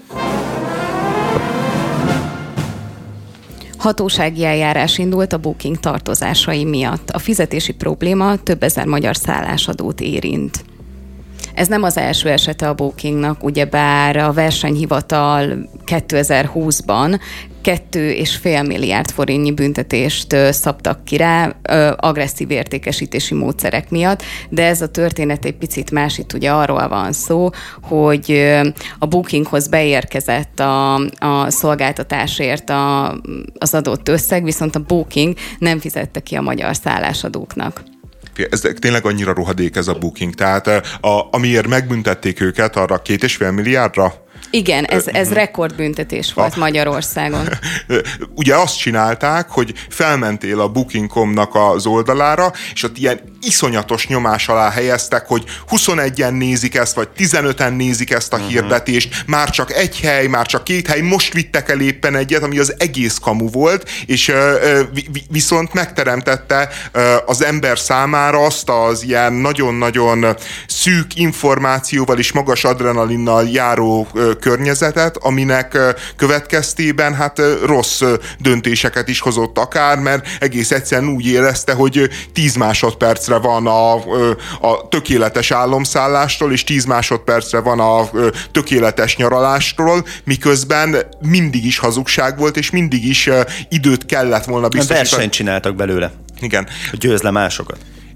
Speaker 1: Hatósági eljárás indult a Booking tartozásai miatt. A fizetési probléma több ezer magyar szállásadót érint. Ez nem az első esete a Bookingnak, ugyebár a versenyhivatal 2020-ban 2,5 milliárd forintnyi büntetést szabtak ki rá agresszív értékesítési módszerek miatt, de ez a történet egy picit más, itt ugye arról van szó, hogy a Bookinghoz beérkezett a szolgáltatásért az adott összeg, viszont a Booking nem fizette ki a magyar szállásadóknak.
Speaker 2: Ez tényleg annyira rohadék ez a Booking, tehát amiért megbüntették őket arra 2,5 milliárdra,
Speaker 1: igen, ez rekordbüntetés volt Magyarországon.
Speaker 2: Ugye azt csinálták, hogy felmentél a Booking.com-nak az oldalára, és ott ilyen iszonyatos nyomás alá helyeztek, hogy 21-en nézik ezt, vagy 15-en nézik ezt a hirdetést, már csak egy hely, már csak 2 hely, most vittek el éppen egyet, ami az egész kamu volt, és viszont megteremtette az ember számára azt az ilyen nagyon-nagyon szűk információval és magas adrenalinnal járó környezetet, aminek következtében hát rossz döntéseket is hozott akár, mert egész egyszerűen úgy érezte, hogy 10 másodpercre van a tökéletes álomszállástól, és 10 másodpercre van a tökéletes nyaralástól, miközben mindig is hazugság volt, és mindig is időt kellett volna biztosítani.
Speaker 3: Versenyt csináltak belőle.
Speaker 2: Igen.
Speaker 3: Hogy győz le másokat.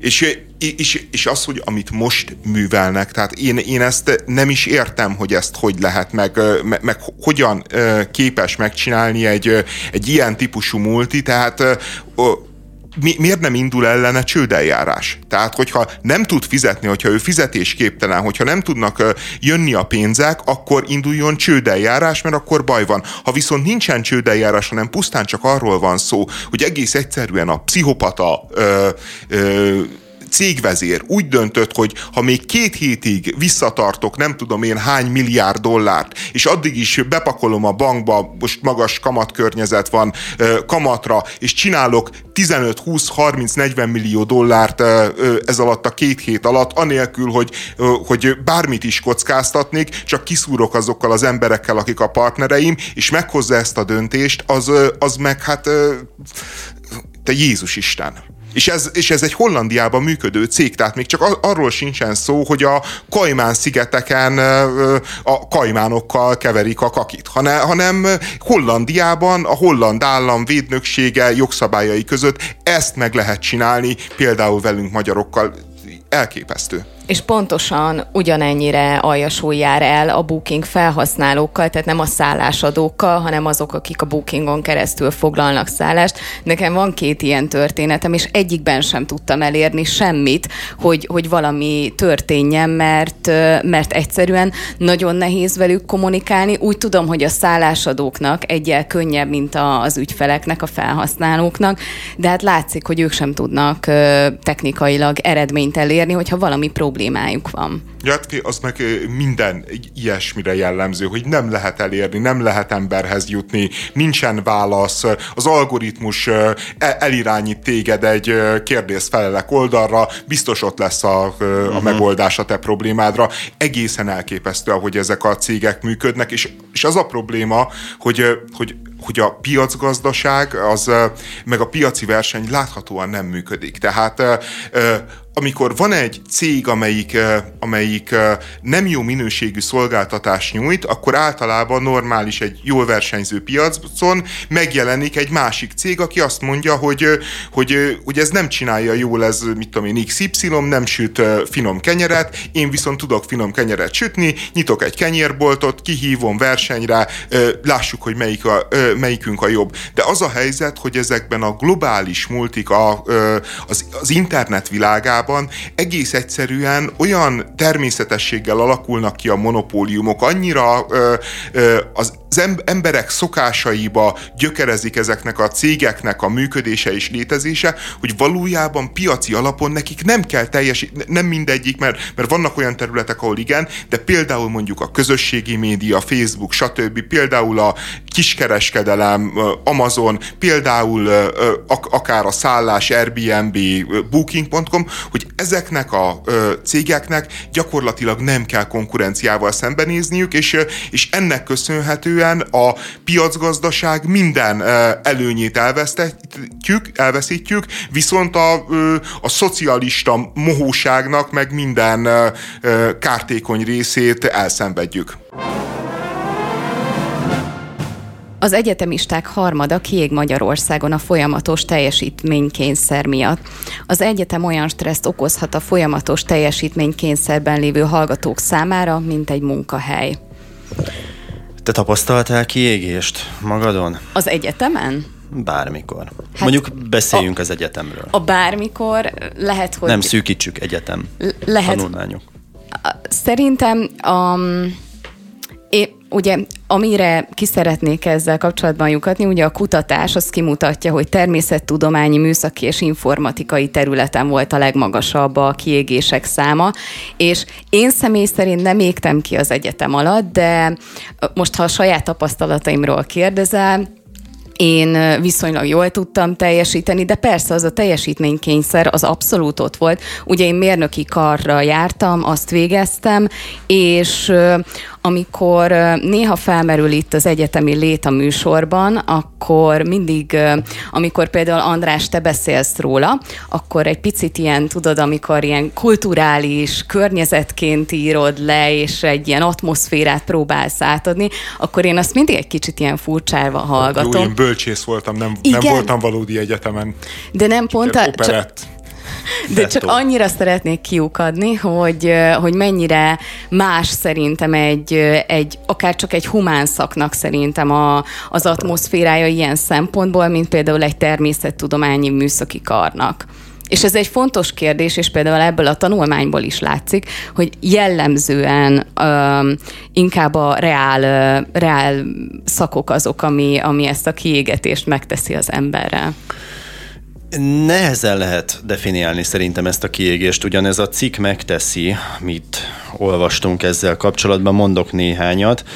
Speaker 2: És az, hogy amit most művelnek, tehát én ezt nem is értem, hogy ezt hogy lehet, meg hogyan képes megcsinálni egy ilyen típusú multi, tehát miért nem indul ellene csődeljárás? Tehát, hogyha nem tud fizetni, hogyha ő fizetésképtelen, hogyha nem tudnak jönni a pénzek, akkor induljon csődeljárás, mert akkor baj van. Ha viszont nincsen csődeljárás, hanem pusztán csak arról van szó, hogy egész egyszerűen a pszichopata cégvezér úgy döntött, hogy ha még 2 hétig visszatartok nem tudom én hány milliárd dollárt, és addig is bepakolom a bankba, most magas kamatkörnyezet van kamatra, és csinálok 15-20-30-40 millió dollárt ez alatt a 2 hét alatt, anélkül, hogy bármit is kockáztatnék, csak kiszúrok azokkal az emberekkel, akik a partnereim, és meghozza ezt a döntést, az meg hát te Jézus Isten. És ez egy Hollandiában működő cég, tehát még csak arról sincsen szó, hogy a Kajmán-szigeteken a kajmánokkal keverik a kakit, hanem Hollandiában a holland állam védnöksége jogszabályai között ezt meg lehet csinálni, például velünk magyarokkal. Elképesztő.
Speaker 1: És pontosan ugyanennyire aljasul jár el a Booking felhasználókkal, tehát nem a szállásadókkal, hanem azok, akik a Bookingon keresztül foglalnak szállást. Nekem van 2 ilyen történetem, és egyikben sem tudtam elérni semmit, hogy valami történjen, mert egyszerűen nagyon nehéz velük kommunikálni. Úgy tudom, hogy a szállásadóknak egyel könnyebb, mint az ügyfeleknek, a felhasználóknak, de hát látszik, hogy ők sem tudnak technikailag eredményt elérni, hogyha valami problémájuk van.
Speaker 2: Ja, hát az meg minden ilyesmire jellemző, hogy nem lehet elérni, nem lehet emberhez jutni, nincsen válasz, az algoritmus elirányít téged egy kérdés-felelek oldalra, biztos ott lesz a megoldás a te problémádra. Egészen elképesztő, ahogy ezek a cégek működnek, és az a probléma, hogy a piacgazdaság, meg a piaci verseny láthatóan nem működik. Tehát amikor van egy cég, amelyik nem jó minőségű szolgáltatást nyújt, akkor általában normális egy jól versenyző piacon megjelenik egy másik cég, aki azt mondja, hogy ez nem csinálja jól, ez mit tudom én, XY, nem süt finom kenyeret, én viszont tudok finom kenyeret sütni, nyitok egy kenyérboltot, kihívom versenyre, lássuk, hogy melyikünk a jobb. De az a helyzet, hogy ezekben a globális multik az internet világában egész egyszerűen olyan természetességgel alakulnak ki a monopóliumok, annyira az emberek szokásaiba gyökerezik ezeknek a cégeknek a működése és létezése, hogy valójában piaci alapon nekik nem kell nem mindegyik, mert vannak olyan területek, ahol igen, de például mondjuk a közösségi média, Facebook, stb., például a kiskereskedelem, Amazon, például akár a szállás, Airbnb, Booking.com, hogy ezeknek a cégeknek gyakorlatilag nem kell konkurenciával szembenézniük, és ennek köszönhetően a piacgazdaság minden előnyét elveszítjük, viszont a szocialista mohóságnak meg minden kártékony részét elszenvedjük.
Speaker 1: Az egyetemisták harmada kiég Magyarországon a folyamatos teljesítménykényszer miatt. Az egyetem olyan stresszt okozhat a folyamatos teljesítménykényszerben lévő hallgatók számára, mint egy munkahely.
Speaker 3: Te tapasztaltál kiégést magadon?
Speaker 1: Az egyetemen?
Speaker 3: Bármikor. Hát mondjuk beszéljünk az egyetemről.
Speaker 1: A bármikor lehet, hogy...
Speaker 3: Nem szűkítsük egyetem. Tanulmányok.
Speaker 1: Szerintem ugye, amire ki szeretnék ezzel kapcsolatban lyukadni, ugye a kutatás azt kimutatja, hogy természettudományi, műszaki és informatikai területen volt a legmagasabb a kiégések száma, és én személy szerint nem égtem ki az egyetem alatt, de most, ha a saját tapasztalataimról kérdezel, én viszonylag jól tudtam teljesíteni, de persze az a teljesítménykényszer az abszolút ott volt. Ugye én mérnöki karra jártam, azt végeztem, és amikor néha felmerül itt az egyetemi lét a műsorban, akkor mindig, amikor például András, te beszélsz róla, akkor egy picit ilyen, tudod, amikor ilyen kulturális környezetként írod le, és egy ilyen atmoszférát próbálsz átadni, akkor én azt mindig egy kicsit ilyen furcsálva hallgatom.
Speaker 2: Jó, én bölcsész voltam, nem voltam valódi egyetemen.
Speaker 1: De nem pont de csak annyira szeretnék kiukadni, hogy mennyire más szerintem akár csak egy humán szaknak szerintem az atmoszférája ilyen szempontból, mint például egy természettudományi műszaki karnak. És ez egy fontos kérdés, és például ebből a tanulmányból is látszik, hogy jellemzően inkább a reál szakok azok, ami ezt a kiégetést megteszi az emberrel.
Speaker 3: Nehezen lehet definiálni szerintem ezt a kiégést, ugyanez a cikk megteszi, mit olvastunk ezzel kapcsolatban, mondok néhányat.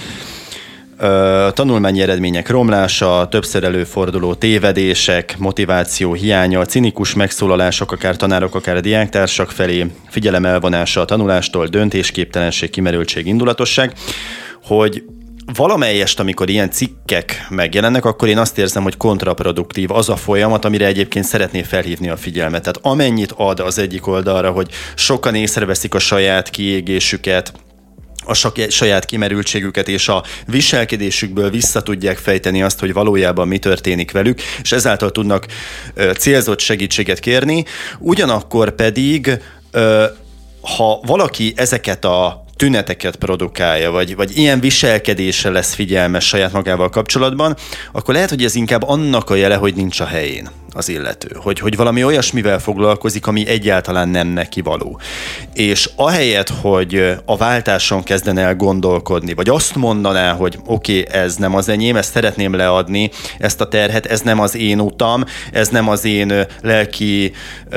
Speaker 3: Tanulmányi eredmények romlása, többször előforduló tévedések, motiváció hiánya, cinikus megszólalások, akár tanárok, akár diáktársak felé, figyelem elvonása a tanulástól, döntésképtelenség, kimerültség, indulatosság, hogy valamelyest, amikor ilyen cikkek megjelennek, akkor én azt érzem, hogy kontraproduktív az a folyamat, amire egyébként szeretné felhívni a figyelmet. Tehát amennyit ad az egyik oldalra, hogy sokan észreveszik a saját kiégésüket, a saját kimerültségüket, és a viselkedésükből vissza tudják fejteni azt, hogy valójában mi történik velük, és ezáltal tudnak célzott segítséget kérni, ugyanakkor pedig ha valaki ezeket a tüneteket produkálja, vagy ilyen viselkedésre lesz figyelmes saját magával kapcsolatban, akkor lehet, hogy ez inkább annak a jele, hogy nincs a helyén az illető. Hogy valami olyasmivel foglalkozik, ami egyáltalán nem neki való. És ahelyett, hogy a váltáson kezdene el gondolkodni, vagy azt mondaná, hogy oké, ez nem az enyém, ezt szeretném leadni, ezt a terhet, ez nem az én utam, ez nem az én lelki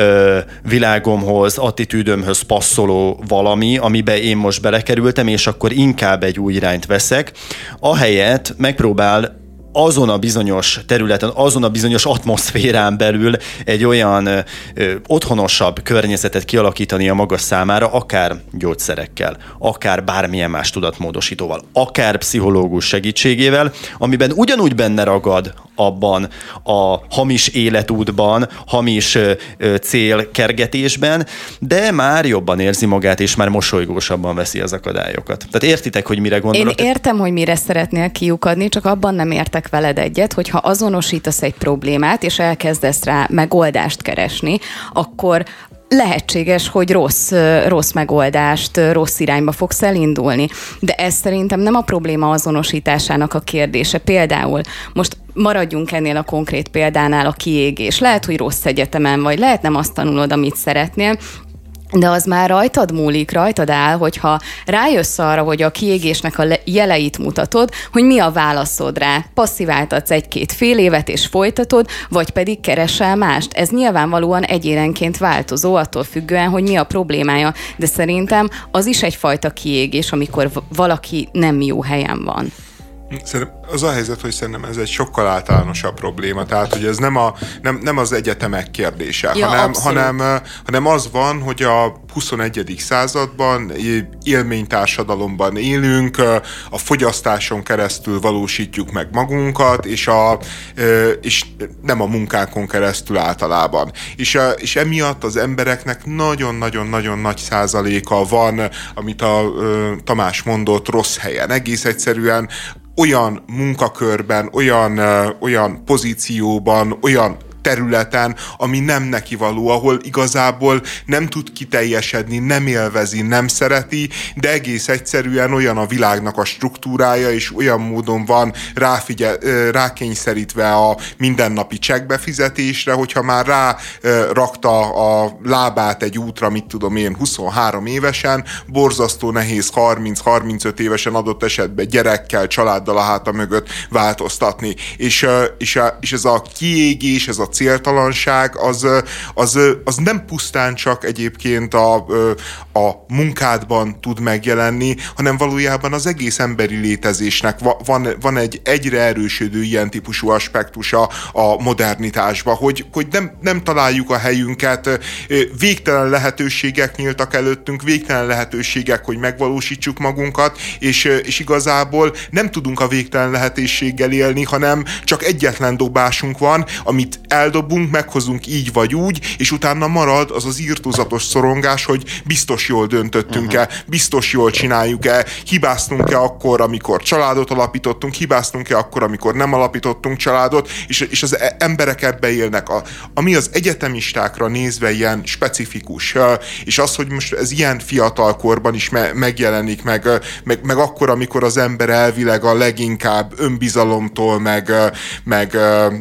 Speaker 3: világomhoz, attitűdömhöz passzoló valami, amiben én most belekerültem, és akkor inkább egy új irányt veszek. Ahelyett megpróbál azon a bizonyos területen, azon a bizonyos atmoszférán belül egy olyan otthonosabb környezetet kialakítani a maga számára, akár gyógyszerekkel, akár bármilyen más tudatmódosítóval, akár pszichológus segítségével, amiben ugyanúgy benne ragad abban a hamis életútban, hamis célkergetésben, de már jobban érzi magát, és már mosolygósabban veszi az akadályokat. Tehát értitek, hogy mire gondolok?
Speaker 1: Én értem, hogy mire szeretnél kiukadni, csak abban nem értek veled egyet, hogyha azonosítasz egy problémát, és elkezdesz rá megoldást keresni, akkor lehetséges, hogy rossz megoldást, rossz irányba fogsz elindulni. De ez szerintem nem a probléma azonosításának a kérdése. Például most maradjunk ennél a konkrét példánál, a kiégés. Lehet, hogy rossz egyetemen vagy, lehet nem azt tanulod, amit szeretnél, de az már rajtad múlik, rajtad áll, hogyha rájössz arra, hogy a kiégésnek a jeleit mutatod, hogy mi a válaszod rá. Passziváltatsz 1-2 fél évet és folytatod, vagy pedig keresel mást. Ez nyilvánvalóan egyénenként változó, attól függően, hogy mi a problémája. De szerintem az is egyfajta kiégés, amikor valaki nem jó helyen van.
Speaker 2: Az a helyzet, hogy szerintem ez egy sokkal általánosabb probléma, tehát hogy ez nem az egyetemek kérdése,
Speaker 1: ja,
Speaker 2: hanem az van, hogy a 21. században élménytársadalomban élünk, a fogyasztáson keresztül valósítjuk meg magunkat, és nem a munkánkon keresztül általában. És emiatt az embereknek nagyon-nagyon-nagyon nagy százaléka van, amit a Tamás mondott, rossz helyen. Egész egyszerűen olyan munkakörben, olyan pozícióban, olyan területen, ami nem neki való, ahol igazából nem tud kiteljesedni, nem élvezi, nem szereti, de egész egyszerűen olyan a világnak a struktúrája, és olyan módon van rákényszerítve a mindennapi csekkbefizetésre, hogyha már rárakta a lábát egy útra, mit tudom én, 23 évesen, borzasztó nehéz 30-35 évesen adott esetben gyerekkel, családdal a háta mögött változtatni. És ez a kiégés, ez a céltalanság, az nem pusztán csak egyébként a munkádban tud megjelenni, hanem valójában az egész emberi létezésnek van egy egyre erősödő ilyen típusú aspektusa a modernitásban, hogy nem találjuk a helyünket, végtelen lehetőségek nyíltak előttünk, végtelen lehetőségek, hogy megvalósítsuk magunkat, és igazából nem tudunk a végtelen lehetőséggel élni, hanem csak egyetlen dobásunk van, amit eldobunk, meghozunk így vagy úgy, és utána marad az írtózatos szorongás, hogy biztos jól döntöttünk-e, biztos jól csináljuk-e, hibáztunk-e akkor, amikor családot alapítottunk, hibáztunk-e akkor, amikor nem alapítottunk családot, és az emberek ebbe élnek. Ami az egyetemistákra nézve ilyen specifikus, és az, hogy most ez ilyen fiatal korban is megjelenik, meg akkor, amikor az ember elvileg a leginkább önbizalomtól, meg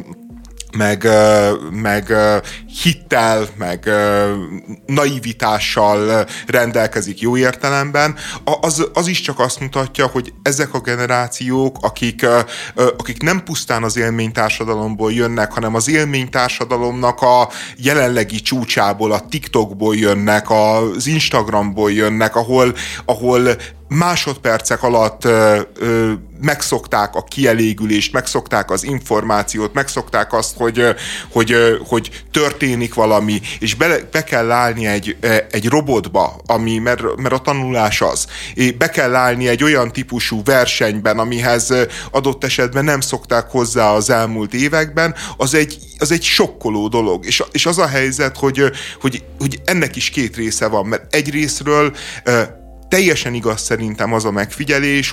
Speaker 2: hittel, meg naivitással rendelkezik jó értelemben, az is csak azt mutatja, hogy ezek a generációk, akik nem pusztán az élménytársadalomból jönnek, hanem az élménytársadalomnak a jelenlegi csúcsából, a TikTokból jönnek, az Instagramból jönnek, ahol másodpercek alatt megszokták a kielégülést, megszokták az információt, megszokták azt, hogy történik valami, és be kell állni egy robotba, mert a tanulás az. Be kell állni egy olyan típusú versenyben, amihez adott esetben nem szokták hozzá az elmúlt években, az egy sokkoló dolog. És az a helyzet, hogy ennek is két része van, mert egy részről teljesen igaz szerintem az a megfigyelés, hogy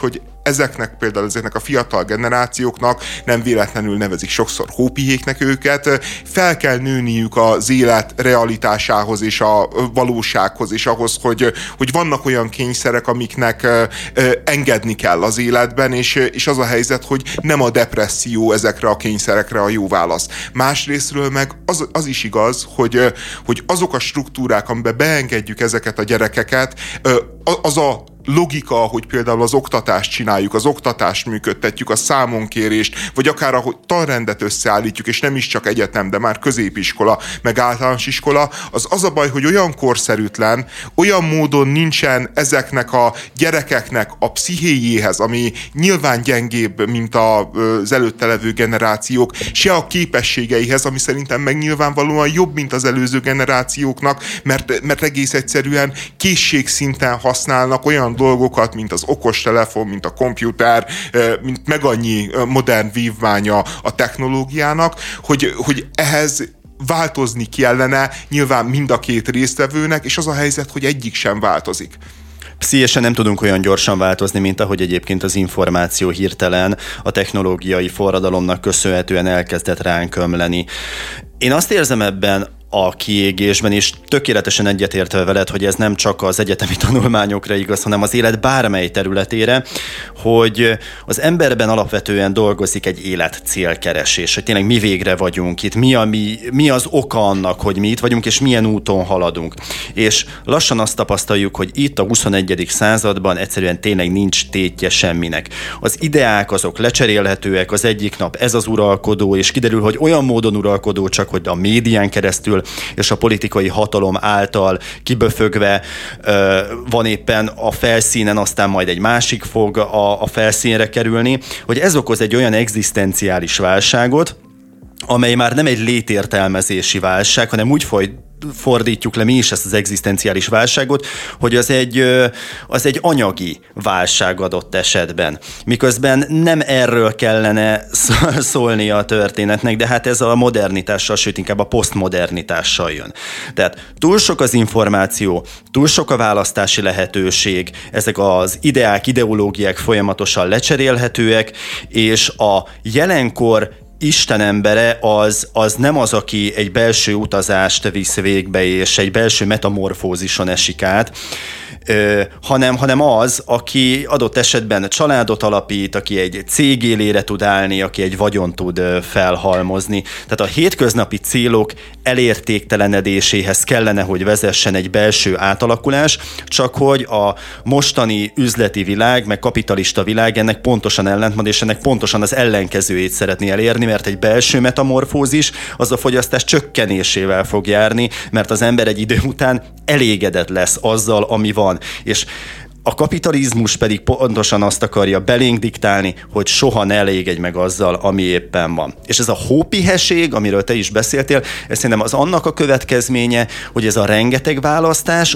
Speaker 2: ezeknek a fiatal generációknak, nem véletlenül nevezik sokszor hópihéknek őket, fel kell nőniük az élet realitásához és a valósághoz, és ahhoz, hogy vannak olyan kényszerek, amiknek engedni kell az életben, és az a helyzet, hogy nem a depresszió ezekre a kényszerekre a jó válasz. Másrésztről meg az is igaz, hogy azok a struktúrák, amiben beengedjük ezeket a gyerekeket, az a logika, hogy például az oktatást csináljuk, az oktatást működtetjük, a számonkérést, vagy akár ahogy tanrendet összeállítjuk, és nem is csak egyetem, de már középiskola, meg általános iskola, az a baj, hogy olyan korszerűtlen, olyan módon nincsen ezeknek a gyerekeknek a pszichéjéhez, ami nyilván gyengébb, mint az előtte levő generációk, se a képességeihez, ami szerintem meg nyilvánvalóan jobb, mint az előző generációknak, mert egész egyszerűen készségszinten használnak olyan dolgokat, mint az okostelefon, mint a komputer, mint meg annyi modern vívmánya a technológiának, hogy ehhez változni kellene nyilván mind a két résztvevőnek, és az a helyzet, hogy egyik sem változik.
Speaker 3: Pszichésen nem tudunk olyan gyorsan változni, mint ahogy egyébként az információ hirtelen a technológiai forradalomnak köszönhetően elkezdett ránk ömleni. Én azt érzem ebben a kiégésben, és tökéletesen egyetértve veled, hogy ez nem csak az egyetemi tanulmányokra igaz, hanem az élet bármely területére, hogy az emberben alapvetően dolgozik egy életcélkeresés, hogy tényleg mi végre vagyunk itt, mi az oka annak, hogy mi itt vagyunk, és milyen úton haladunk. És lassan azt tapasztaljuk, hogy itt a 21. században egyszerűen tényleg nincs tétje semminek. Az ideák azok lecserélhetőek, az egyik nap ez az uralkodó, és kiderül, hogy olyan módon uralkodó csak, hogy a médián keresztül és a politikai hatalom által kiböfögve van éppen a felszínen, aztán majd egy másik fog a felszínre kerülni, hogy ez okoz egy olyan egzisztenciális válságot, amely már nem egy létértelmezési válság, hanem úgy fordítjuk le mi is ezt az egzisztenciális válságot, hogy az egy anyagi válság adott esetben. Miközben nem erről kellene szólnia a történetnek, de hát ez a modernitással, sőt inkább a posztmodernitással jön. Tehát túl sok az információ, túl sok a választási lehetőség, ezek az ideák, ideológiák folyamatosan lecserélhetőek, és a jelenkor Isten embere az nem az, aki egy belső utazást visz végbe, és egy belső metamorfózison esik át, hanem az, aki adott esetben családot alapít, aki egy cég élére tud állni, aki egy vagyont tud felhalmozni. Tehát a hétköznapi célok elértéktelenedéséhez kellene, hogy vezessen egy belső átalakulás, csak hogy a mostani üzleti világ, meg kapitalista világ ennek pontosan ellentmond, és ennek pontosan az ellenkezőjét szeretné elérni, mert egy belső metamorfózis az a fogyasztás csökkenésével fog járni, mert az ember egy idő után elégedett lesz azzal, ami van. És a kapitalizmus pedig pontosan azt akarja belénk diktálni, hogy soha ne elégedj meg azzal, ami éppen van. És ez a hópiheség, amiről te is beszéltél, ez szerintem az annak a következménye, hogy ez a rengeteg választás,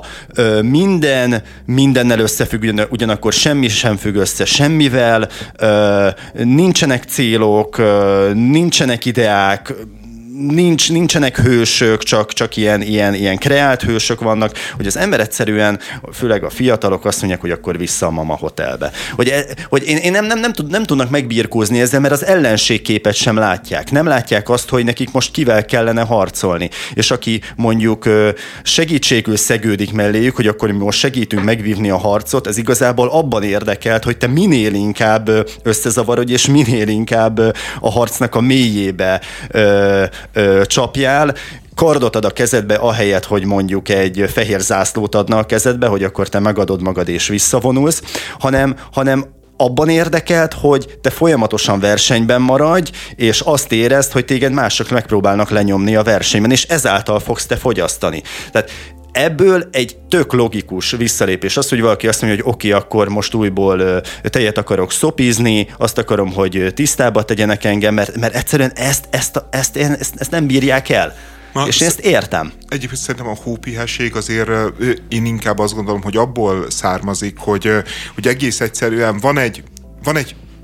Speaker 3: mindennel összefügg, ugyanakkor semmi sem függ össze semmivel, nincsenek célok, nincsenek ideák, nincsenek hősök, csak ilyen kreált hősök vannak, hogy az ember egyszerűen, főleg a fiatalok azt mondják, hogy akkor vissza a mama hotelbe. Hogy én nem tudnak megbirkózni ezzel, mert az ellenségképet sem látják. Nem látják azt, hogy nekik most kivel kellene harcolni. És aki mondjuk segítségül szegődik melléjük, hogy akkor mi most segítünk megvívni a harcot, ez igazából abban érdekelt, hogy te minél inkább összezavarodj, és minél inkább a harcnak a mélyébe csapjál, kardot ad a kezedbe, ahelyett, hogy mondjuk egy fehér zászlót adna a kezedbe, hogy akkor te megadod magad és visszavonulsz, hanem abban érdekelt, hogy te folyamatosan versenyben maradj, és azt érezd, hogy téged mások megpróbálnak lenyomni a versenyben, és ezáltal fogsz te fogyasztani. Tehát ebből egy tök logikus visszalépés az, hogy valaki azt mondja, hogy oké, akkor most újból tejet akarok szopizni, azt akarom, hogy tisztába tegyenek engem, mert egyszerűen ezt nem bírják el. És én ezt értem.
Speaker 2: Egyébként szerintem a hópihesség azért én inkább azt gondolom, hogy abból származik, hogy egész egyszerűen van egy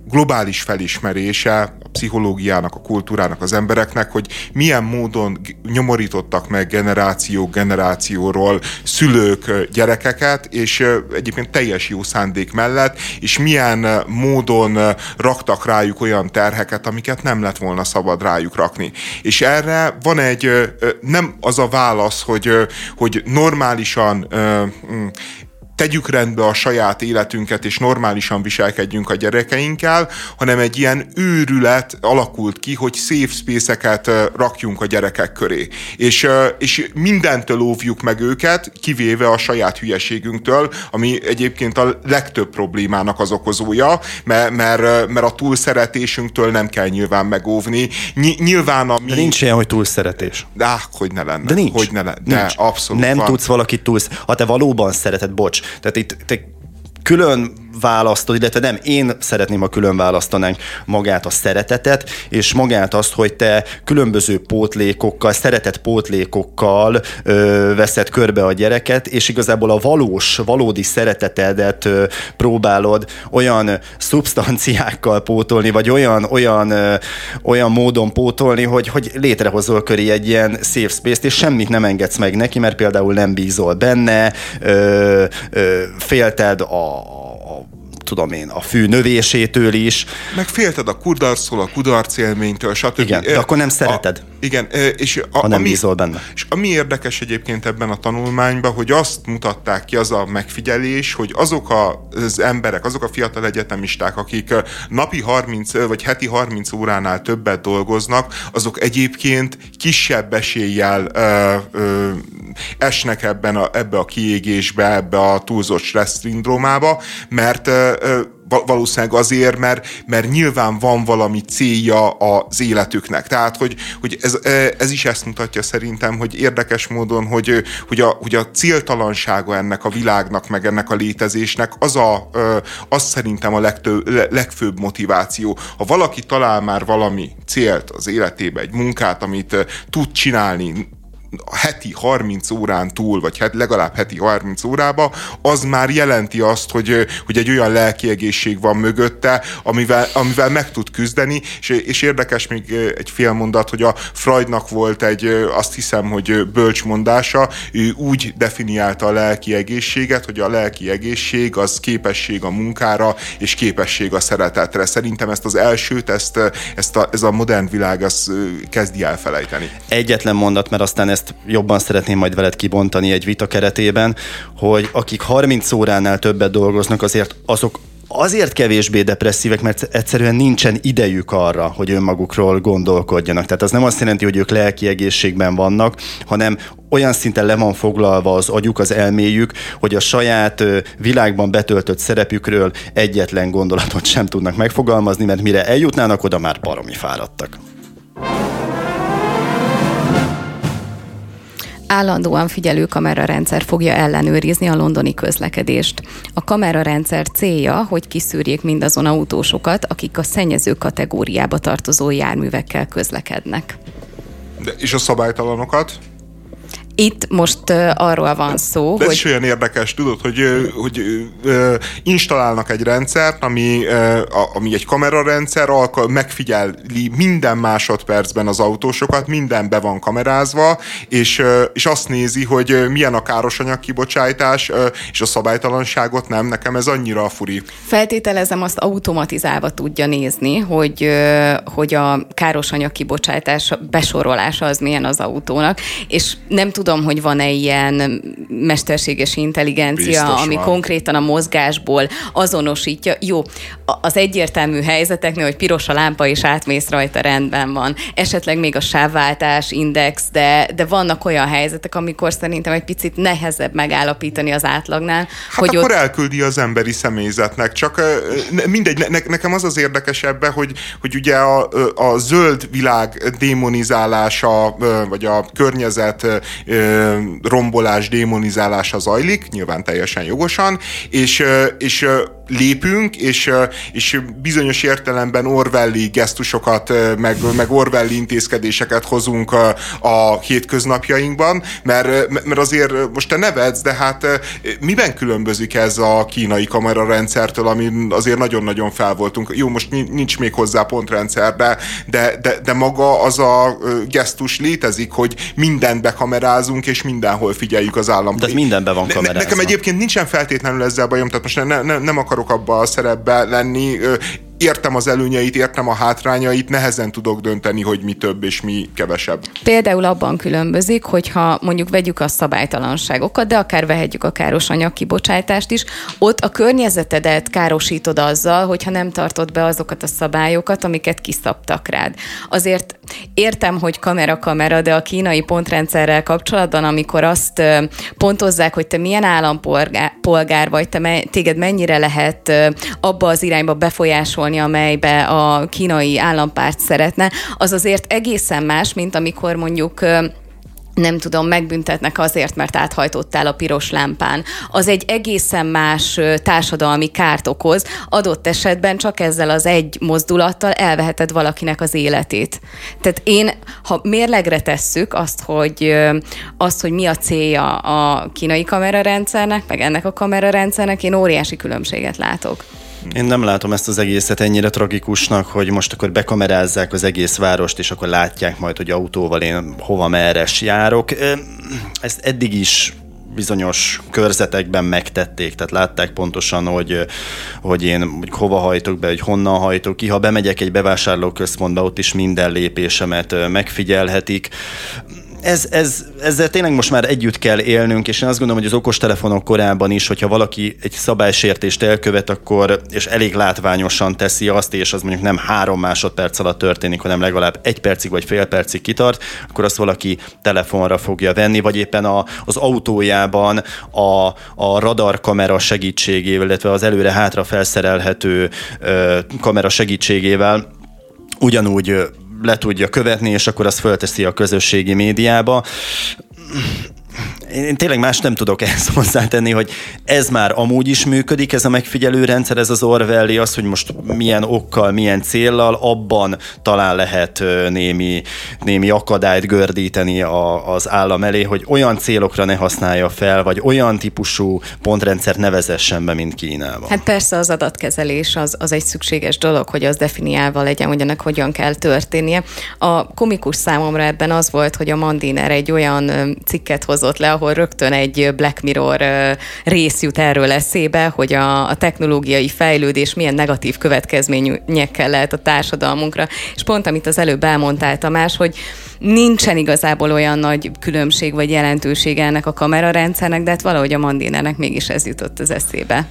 Speaker 2: globális felismerése a pszichológiának, a kultúrának, az embereknek, hogy milyen módon nyomorítottak meg generációról szülők gyerekeket, és egyébként teljes jó szándék mellett, és milyen módon raktak rájuk olyan terheket, amiket nem lett volna szabad rájuk rakni. És erre van nem az a válasz, hogy normálisan tegyük rendbe a saját életünket, és normálisan viselkedjünk a gyerekeinkkel, hanem egy ilyen őrület alakult ki, hogy safe space-eket rakjunk a gyerekek köré. És mindentől óvjuk meg őket, kivéve a saját hülyeségünktől, ami egyébként a legtöbb problémának az okozója, mert a túlszeretésünktől nem kell nyilván megóvni. Nyilván
Speaker 3: De nincs ilyen, hogy túlszeretés.
Speaker 2: Hogy ne lenne.
Speaker 3: De nincs.
Speaker 2: Hogy ne lenne. De abszolút
Speaker 3: nem
Speaker 2: van.
Speaker 3: tudsz valakit ha te valóban szereted, bocs. Tehát itt te külön választod, illetve nem, én szeretném, ha külön választanánk magát a szeretetet, és magát azt, hogy te különböző pótlékokkal, szeretett pótlékokkal veszed körbe a gyereket, és igazából a valódi szeretetedet próbálod olyan szubstanciákkal pótolni, vagy olyan módon pótolni, hogy létrehozol köré egy ilyen safe space-t, és semmit nem engedsz meg neki, mert például nem bízol benne, félted a fű növésétől is.
Speaker 2: Meg félted a kudarctól, a kudarc élménytől, stb.
Speaker 3: Igen, de akkor nem szereted.
Speaker 2: Igen.
Speaker 3: Ha nem bízol benne.
Speaker 2: És ami érdekes egyébként ebben a tanulmányban, hogy azt mutatták ki, az a megfigyelés, hogy azok az emberek, azok a fiatal egyetemisták, akik napi 30 vagy heti 30 óránál többet dolgoznak, azok egyébként kisebb eséllyel esnek ebbe a kiégésbe, ebbe a túlzott stressz szindrómába, mert valószínűleg azért, mert nyilván van valami célja az életüknek. Tehát, hogy ez is ezt mutatja szerintem, hogy érdekes módon, hogy a céltalansága ennek a világnak, meg ennek a létezésnek, az szerintem a legfőbb motiváció. Ha valaki talál már valami célt az életébe, egy munkát, amit tud csinálni, heti 30 órán túl, vagy legalább heti 30 órába, az már jelenti azt, hogy egy olyan lelki egészség van mögötte, amivel meg tud küzdeni, és érdekes még egy fél mondat, hogy a Freudnak volt azt hiszem, hogy bölcsmondása, ő úgy definiálta a lelki egészséget, hogy a lelki egészség az képesség a munkára, és képesség a szeretetre. Szerintem ezt az elsőt, ez a modern világ kezdi elfelejteni.
Speaker 3: Egyetlen mondat, mert aztán ezt jobban szeretném majd veled kibontani egy vita keretében, hogy akik 30 óránál többet dolgoznak, azok azért kevésbé depresszívek, mert egyszerűen nincsen idejük arra, hogy önmagukról gondolkodjanak. Tehát az nem azt jelenti, hogy ők lelki egészségben vannak, hanem olyan szinten le van foglalva az agyuk, az elméjük, hogy a saját világban betöltött szerepükről egyetlen gondolatot sem tudnak megfogalmazni, mert mire eljutnának, oda már baromi fáradtak.
Speaker 1: Állandóan figyelő kamerarendszer fogja ellenőrizni a londoni közlekedést. A kamerarendszer célja, hogy kiszűrjék mindazon autósokat, akik a szennyező kategóriába tartozó járművekkel közlekednek.
Speaker 2: És a szabálytalanokat?
Speaker 1: Itt most arról van szó,
Speaker 2: de ez is olyan érdekes, tudod, hogy installálnak egy rendszert, ami egy kamerarendszer, megfigyeli minden másodpercben az autósokat, minden be van kamerázva, és azt nézi, hogy milyen a károsanyag kibocsátás, és a szabálytalanságot nem. Nekem ez annyira furi.
Speaker 1: Feltételezem, azt automatizálva tudja nézni, hogy a károsanyag kibocsátás besorolása az milyen az autónak, és nem tudom, hogy van-e ilyen mesterséges intelligencia, biztos ami van. Konkrétan a mozgásból azonosítja. Jó, az egyértelmű helyzeteknél, hogy piros a lámpa és átmész rajta, rendben van. Esetleg még a sávváltás index, de vannak olyan helyzetek, amikor szerintem egy picit nehezebb megállapítani az átlagnál.
Speaker 2: Hát hogy akkor elküldi az emberi személyzetnek. Csak mindegy, nekem az érdekesebb, hogy ugye a zöld világ démonizálása, vagy a környezet rombolás, démonizálása zajlik, nyilván teljesen jogosan, és lépünk, és bizonyos értelemben orwelli gesztusokat, meg orwelli intézkedéseket hozunk a hétköznapjainkban, mert azért most te nevetsz, de hát miben különbözik ez a kínai kamerarendszertől, amin azért nagyon-nagyon fel voltunk. Jó, most nincs még hozzá pontrendszer, de maga az a gesztus létezik, hogy mindent bekamerázunk, és mindenhol figyeljük az államot.
Speaker 3: De mindenben van kamerázva.
Speaker 2: Nekem egyébként nincsen feltétlenül ezzel bajom, tehát most nem akarok abba a szerepbe lenni. Értem az előnyeit, értem a hátrányait, nehezen tudok dönteni, hogy mi több és mi kevesebb.
Speaker 1: Például abban különbözik, hogyha mondjuk vegyük a szabálytalanságokat, de akár vehetjük a káros anyagkibocsátást is, ott a környezetedet károsítod azzal, hogyha nem tartod be azokat a szabályokat, amiket kiszabtak rád. Azért értem, hogy kamera, de a kínai pontrendszerrel kapcsolatban, amikor azt pontozzák, hogy te milyen állampolgár vagy, téged mennyire lehet abba az irányba befolyásolni, amelybe a kínai állampárt szeretne, az azért egészen más, mint amikor mondjuk nem tudom, megbüntetnek azért, mert áthajtottál a piros lámpán. Az egy egészen más társadalmi kárt okoz, adott esetben csak ezzel az egy mozdulattal elveheted valakinek az életét. Tehát ha mérlegre tesszük azt, hogy mi a célja a kínai kamerarendszernek, meg ennek a kamerarendszernek, én óriási különbséget látok.
Speaker 3: Én nem látom ezt az egészet ennyire tragikusnak, hogy most akkor bekamerázzák az egész várost, és akkor látják majd, hogy autóval én hova-merres járok. Ezt eddig is bizonyos körzetekben megtették, tehát látták pontosan, hogy én hova hajtok be, hogy honnan hajtok ki. Ha bemegyek egy bevásárlóközpontba, ott is minden lépésemet megfigyelhetik. Ezzel tényleg most már együtt kell élnünk, és én azt gondolom, hogy az okostelefonok korában is, hogyha valaki egy szabálysértést elkövet, akkor, és elég látványosan teszi azt, és az mondjuk nem 3 másodperc alatt történik, hanem legalább 1 percig vagy fél percig kitart, akkor azt valaki telefonra fogja venni, vagy éppen az autójában a radarkamera segítségével, illetve az előre-hátra felszerelhető kamera segítségével ugyanúgy le tudja követni, és akkor azt fölteszi a közösségi médiába. Én tényleg más nem tudok ehhez hozzátenni, hogy ez már amúgy is működik, ez a megfigyelő rendszer, ez az orwelli, az, hogy most milyen okkal, milyen céllal, abban talán lehet némi akadályt gördíteni az állam elé, hogy olyan célokra ne használja fel, vagy olyan típusú pontrendszert ne vezessen be, mint Kínában.
Speaker 1: Hát persze az adatkezelés az egy szükséges dolog, hogy az definiálva legyen, hogy ennek hogyan kell történnie. A komikus számomra ebben az volt, hogy a Mandiner egy olyan cikket hozott le, ahol rögtön egy Black Mirror rész jut erről eszébe, hogy a technológiai fejlődés milyen negatív következményekkel lehet a társadalmunkra. És pont, amit az előbb elmondtál, Tamás, hogy nincsen igazából olyan nagy különbség vagy jelentősége ennek a kamerarendszernek, de hát valahogy a Mandinernek mégis ez jutott az eszébe.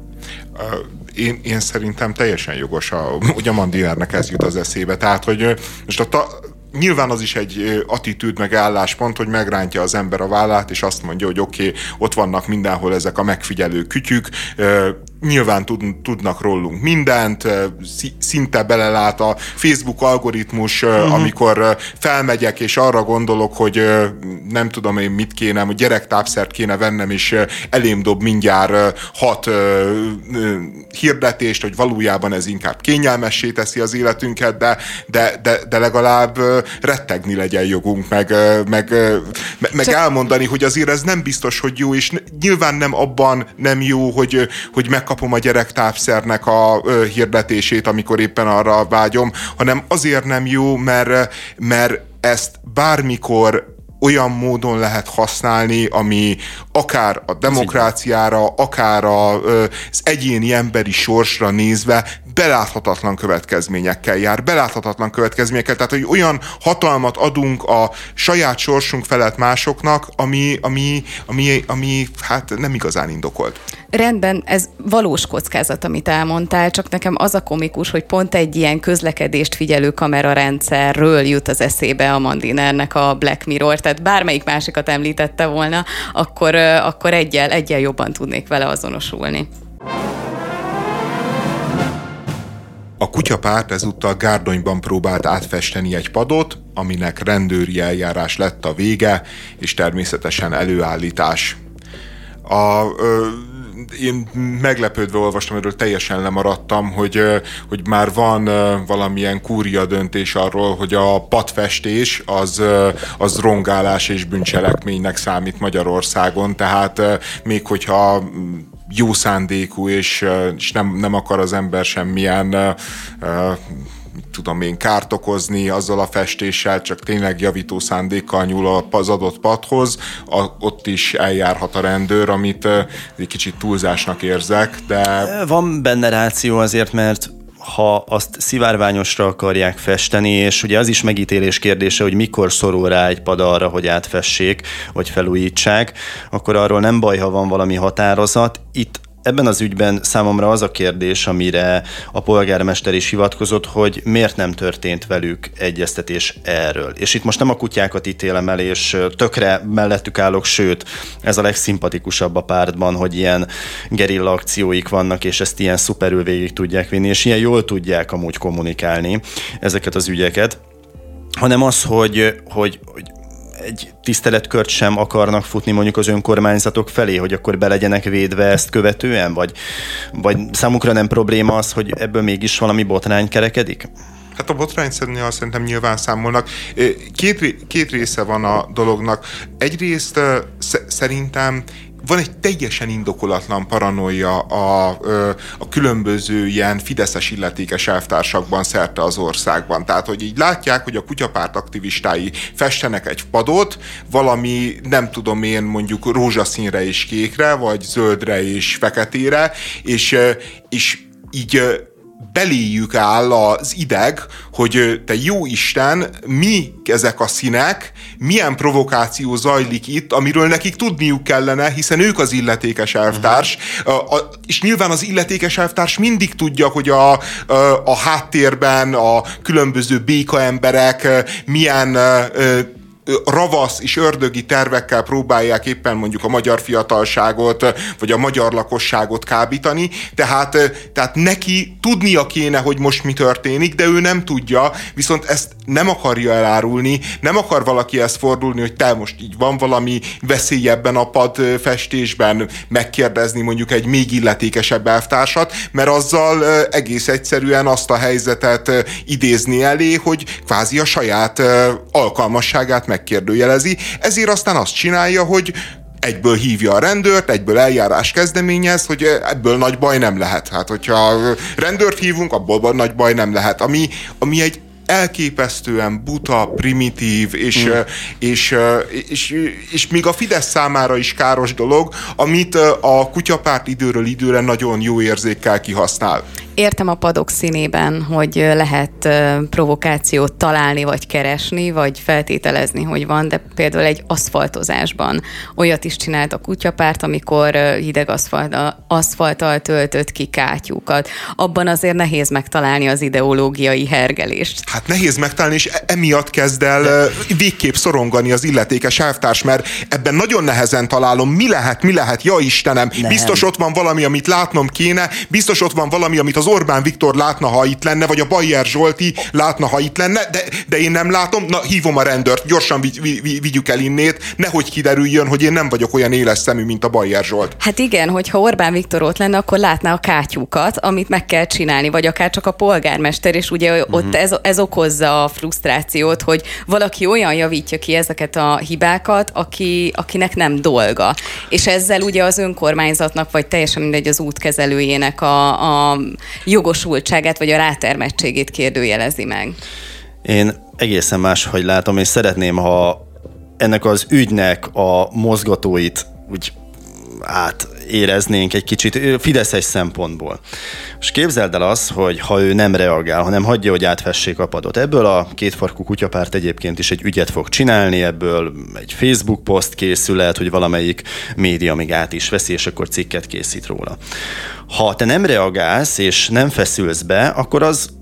Speaker 2: Én szerintem teljesen jogos, hogy a Mandinernek ez jut az eszébe. Tehát, hogy most nyilván az is egy attitűd meg álláspont, hogy megrántja az ember a vállát, és azt mondja, hogy oké, ott vannak mindenhol ezek a megfigyelő kütyük, nyilván tudnak rólunk mindent, szinte belelát a Facebook algoritmus, amikor felmegyek, és arra gondolok, hogy nem tudom én mit kéne, hogy gyerektápszert kéne vennem, és elém dob mindjárt 6 hirdetést, hogy valójában ez inkább kényelmessé teszi az életünket, de legalább rettegni legyen jogunk, meg elmondani, hogy azért ez nem biztos, hogy jó, és nyilván nem abban nem jó, hogy megkapom a gyerektápszernek a hirdetését, amikor éppen arra vágyom, hanem azért nem jó, mert ezt bármikor olyan módon lehet használni, ami akár a demokráciára, akár az egyéni emberi sorsra nézve beláthatatlan következményekkel jár, tehát hogy olyan hatalmat adunk a saját sorsunk felett másoknak, ami hát nem igazán indokolt.
Speaker 1: Rendben, ez valós kockázat, amit elmondtál, csak nekem az a komikus, hogy pont egy ilyen közlekedést figyelő kamerarendszerről jut az eszébe a Mandinernek a Black Mirror, tehát bármelyik másikat említette volna, akkor egyel jobban tudnék vele azonosulni.
Speaker 2: A kutyapárt ezúttal Gárdonyban próbált átfesteni egy padot, aminek rendőri eljárás lett a vége, és természetesen előállítás. Én meglepődve olvastam, erről teljesen lemaradtam, hogy már van valamilyen kúria döntés arról, hogy a padfestés az rongálás és bűncselekménynek számít Magyarországon, tehát még hogyha jó szándékú, és nem akar az ember semmilyen kárt okozni azzal a festéssel, csak tényleg javító szándékkal nyúl az adott padhoz, ott is eljárhat a rendőr, amit egy kicsit túlzásnak érzek, de...
Speaker 3: Van benne ráció azért, mert ha azt szivárványosra akarják festeni, és ugye az is megítélés kérdése, hogy mikor szorul rá egy pad arra, hogy átfessék, vagy felújítsák, akkor arról nem baj, ha van valami határozat. Itt ebben az ügyben számomra az a kérdés, amire a polgármester is hivatkozott, hogy miért nem történt velük egyeztetés erről. És itt most nem a kutyákat ítélem el, és tökre mellettük állok, sőt, ez a legszimpatikusabb a pártban, hogy ilyen gerilla akcióik vannak, és ezt ilyen szuperül végig tudják vinni, és ilyen jól tudják amúgy kommunikálni ezeket az ügyeket, hanem az, hogy egy tiszteletkört sem akarnak futni mondjuk az önkormányzatok felé, hogy akkor be legyenek védve ezt követően? Vagy számukra nem probléma az, hogy ebből mégis valami botrány kerekedik?
Speaker 2: Hát a botrányszerűen szerintem nyilván számolnak. Két része van a dolognak. Egyrészt szerintem van egy teljesen indokolatlan paranoia a különböző ilyen fideszes illetékes elvtársakban szerte az országban. Tehát, hogy így látják, hogy a kutyapárt aktivistái festenek egy padot, valami, nem tudom én, mondjuk rózsaszínre és kékre, vagy zöldre és feketére, és így beléjük áll az ideg, hogy te jó Isten, mi ezek a színek, milyen provokáció zajlik itt, amiről nekik tudniuk kellene, hiszen ők az illetékes elvtárs, és nyilván az illetékes elvtárs mindig tudja, hogy a háttérben a különböző béka emberek milyen ravasz és ördögi tervekkel próbálják éppen mondjuk a magyar fiatalságot, vagy a magyar lakosságot kábítani, tehát neki tudnia kéne, hogy most mi történik, de ő nem tudja, viszont ezt nem akarja elárulni, nem akar valaki ezt fordulni, hogy te most így van valami veszély ebben a padfestésben, megkérdezni mondjuk egy még illetékesebb elvtársat, mert azzal egész egyszerűen azt a helyzetet idézni elé, hogy kvázi a saját alkalmasságát megkérdőjelezi, ezért aztán azt csinálja, hogy egyből hívja a rendőrt, egyből eljárás kezdeményez, hogy ebből nagy baj nem lehet. Hát, hogyha rendőrt hívunk, abból nagy baj nem lehet. Ami egy elképesztően buta, primitív, és még a Fidesz számára is káros dolog, amit a kutyapárt időről időre nagyon jó érzékkel kihasznál.
Speaker 1: Értem a padok színében, hogy lehet provokációt találni, vagy keresni, vagy feltételezni, hogy van, de például egy aszfaltozásban olyat is csinált a kutyapárt, amikor hideg aszfalttal töltött ki kátyúkat. Abban azért nehéz megtalálni az ideológiai hergelést.
Speaker 2: Hát nehéz megtalálni, és emiatt kezd el végképp szorongani az illetékes elvtárs, mert ebben nagyon nehezen találom, mi lehet, ja Istenem, nem. Biztos ott van valami, amit látnom kéne, biztos ott van valami, amit az Orbán Viktor látna, ha itt lenne, vagy a Bayer Zsolti látna, ha itt lenne, de én nem látom, na hívom a rendőrt, gyorsan vigyük el innét, nehogy kiderüljön, hogy én nem vagyok olyan éles szemű, mint a Bayer Zsolt.
Speaker 1: Hát igen, hogyha Orbán Viktor ott lenne, akkor látná a kátyúkat, amit meg kell csinálni, vagy akár csak a polgármester, és ugye ott ez okozza a frusztrációt, hogy valaki olyan javítja ki ezeket a hibákat, akinek nem dolga. És ezzel ugye az önkormányzatnak, vagy teljesen mindegy az útkezelőjének a jogosultságát, vagy a rátermettségét kérdőjelezi meg.
Speaker 3: Én egészen máshogy látom, és szeretném, ha ennek az ügynek a mozgatóit úgy átéreznénk egy kicsit fideszes szempontból. És képzeld el azt, hogy ha ő nem reagál, hanem hagyja, hogy átfessék a padot. Ebből a kétfarkú kutyapárt egyébként is egy ügyet fog csinálni, ebből egy Facebook poszt készül, lehet, hogy valamelyik média még át is veszi, és akkor cikket készít róla. Ha te nem reagálsz, és nem feszülsz be, akkor az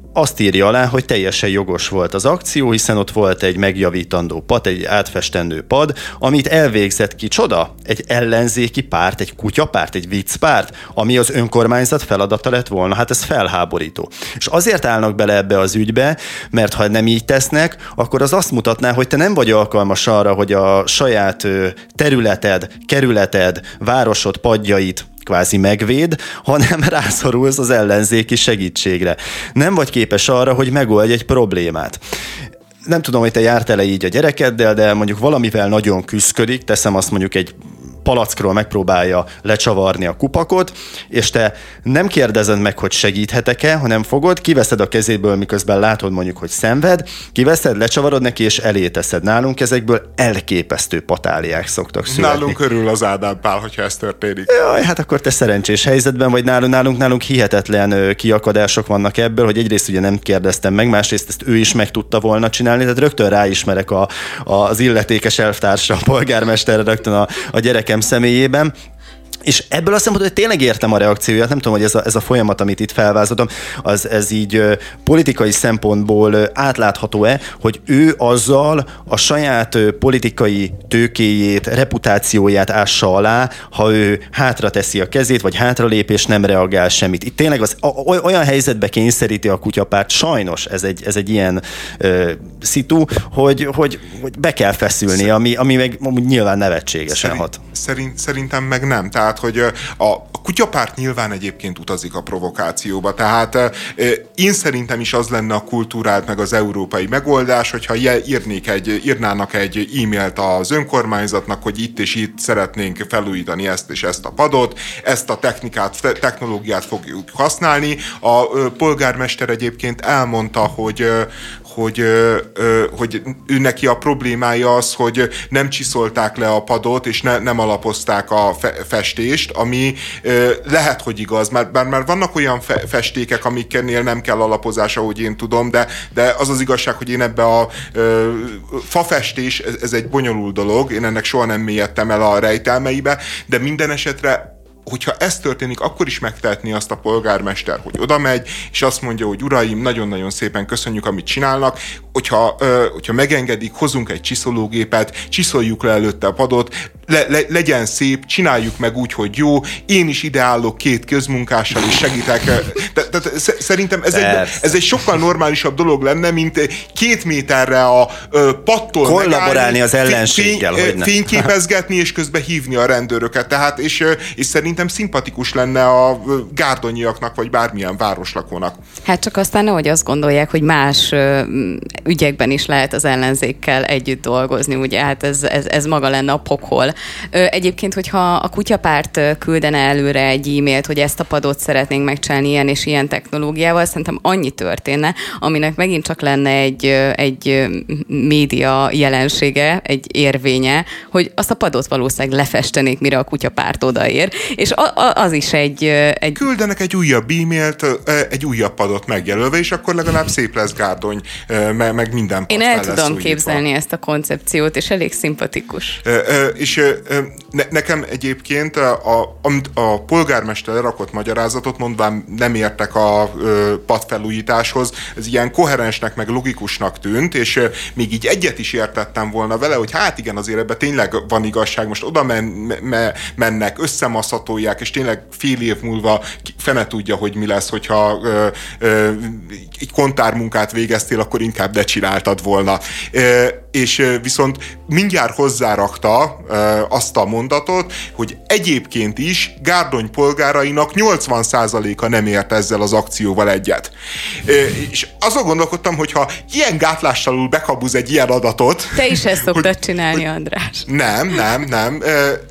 Speaker 3: azt írja alá, hogy teljesen jogos volt az akció, hiszen ott volt egy megjavítandó pad, egy átfestendő pad, amit elvégzett ki csoda, egy ellenzéki párt, egy kutyapárt, egy viccpárt, ami az önkormányzat feladata lett volna. Hát ez felháborító. És azért állnak bele ebbe az ügybe, mert ha nem így tesznek, akkor az azt mutatná, hogy te nem vagy alkalmas arra, hogy a saját területed, kerületed, városod padjait kvázi megvéd, hanem rászorulsz az ellenzéki segítségre. Nem vagy képes arra, hogy megoldj egy problémát. Nem tudom, hogy te jártál-e így a gyerekeddel, de mondjuk valamivel nagyon küszködik, teszem azt mondjuk egy palackról megpróbálja lecsavarni a kupakot, és te nem kérdezed meg, hogy segíthetek-e, hanem fogod, kiveszed a kezéből, miközben látod mondjuk, hogy szenved, kiveszed, lecsavarod neki, és elé teszed. Nálunk ezekből elképesztő patáliák szoktak születni.
Speaker 2: Nálunk körül az Ádám Pál, hogyha ez történik.
Speaker 3: Jaj, hát akkor te szerencsés helyzetben vagy, nálunk hihetetlen kiakadások vannak ebből, hogy egyrészt ugye nem kérdeztem meg, másrészt ezt ő is meg tudta volna csinálni, tehát rögtön ráismerek az illetékes elvtársra, a polgármesterre, rögtön a gyerekem személyében. És ebből azt mondom, hogy tényleg értem a reakcióját, nem tudom, hogy ez a folyamat, amit itt felvázoltam, ez így politikai szempontból átlátható-e, hogy ő azzal a saját politikai tőkéjét, reputációját ássa alá, ha ő hátra teszi a kezét, vagy hátralép, és nem reagál semmit. Itt tényleg olyan helyzetbe kényszeríti a kutyapárt, sajnos ez egy ilyen szitu, hogy be kell feszülni, ami meg nyilván nevetségesen hat.
Speaker 2: Szerintem meg nem. Tehát, hogy a kutyapárt nyilván egyébként utazik a provokációba. Tehát én szerintem is az lenne a kultúrált meg az európai megoldás, hogyha írnának egy e-mailt az önkormányzatnak, hogy itt és itt szeretnénk felújítani ezt és ezt a padot, ezt a technológiát fogjuk használni. A polgármester egyébként elmondta, hogy ő neki a problémája az, hogy nem csiszolták le a padot, és nem alapozták a festést, ami lehet, hogy igaz, mert vannak olyan festékek, amiknél nem kell alapozás, ahogy én tudom, de az az igazság, hogy én ebbe a fafestés, ez egy bonyolult dolog, én ennek soha nem mélyedtem el a rejtelmeibe, de minden esetre hogyha ez történik, akkor is megtehetné azt a polgármester, hogy oda megy, és azt mondja, hogy uraim, nagyon-nagyon szépen köszönjük, amit csinálnak, hogyha megengedik, hozunk egy csiszológépet, csiszoljuk le előtte a padot, legyen szép, csináljuk meg úgy, hogy jó, én is ideállok 2 közmunkással, és segítek. Tehát szerintem ez egy sokkal normálisabb dolog lenne, mint 2 méterre a padtól
Speaker 3: kollaborálni az ellenséggel,
Speaker 2: fényképezgetni, és közben hívni a rendőröket. Tehát, és szerintem szimpatikus lenne a gárdonyiaknak, vagy bármilyen városlakónak.
Speaker 1: Hát csak aztán nehogy azt gondolják, hogy más ügyekben is lehet az ellenzékkel együtt dolgozni, ugye, hát ez maga lenne a pokol. Egyébként, hogyha a kutyapárt küldene előre egy e-mailt, hogy ezt a padot szeretnénk megcsinálni ilyen és ilyen technológiával, szerintem annyi történne, aminek megint csak lenne egy média jelensége, egy érvénye, hogy azt a padot valószínűleg lefestenék, mire a kutyapárt odaér. És az is egy...
Speaker 2: Küldenek egy újabb e-mailt, egy újabb padot megjelölve, és akkor legalább szép lesz gárdony, meg minden pad.
Speaker 1: Én el tudom képzelni ezt a koncepciót, és elég szimpatikus.
Speaker 2: És nekem egyébként a polgármester lerakott magyarázatot, mondván nem értek a padfelújításhoz, ez ilyen koherensnek, meg logikusnak tűnt, és még így egyet is értettem volna vele, hogy hát igen, azért ebben tényleg van igazság, most oda mennek, összemaszatolják, és tényleg fél év múlva fene tudja, hogy mi lesz, hogyha egy kontármunkát végeztél, akkor inkább ne csináltad volna. És viszont mindjárt hozzárakta azt a mondatot, hogy egyébként is Gárdony polgárainak 80%-a nem ért ezzel az akcióval egyet. És azon gondolkodtam, hogy ilyen gátlástalul bekabuz egy ilyen adatot...
Speaker 1: Te is ezt szoktad csinálni, András.
Speaker 2: Nem.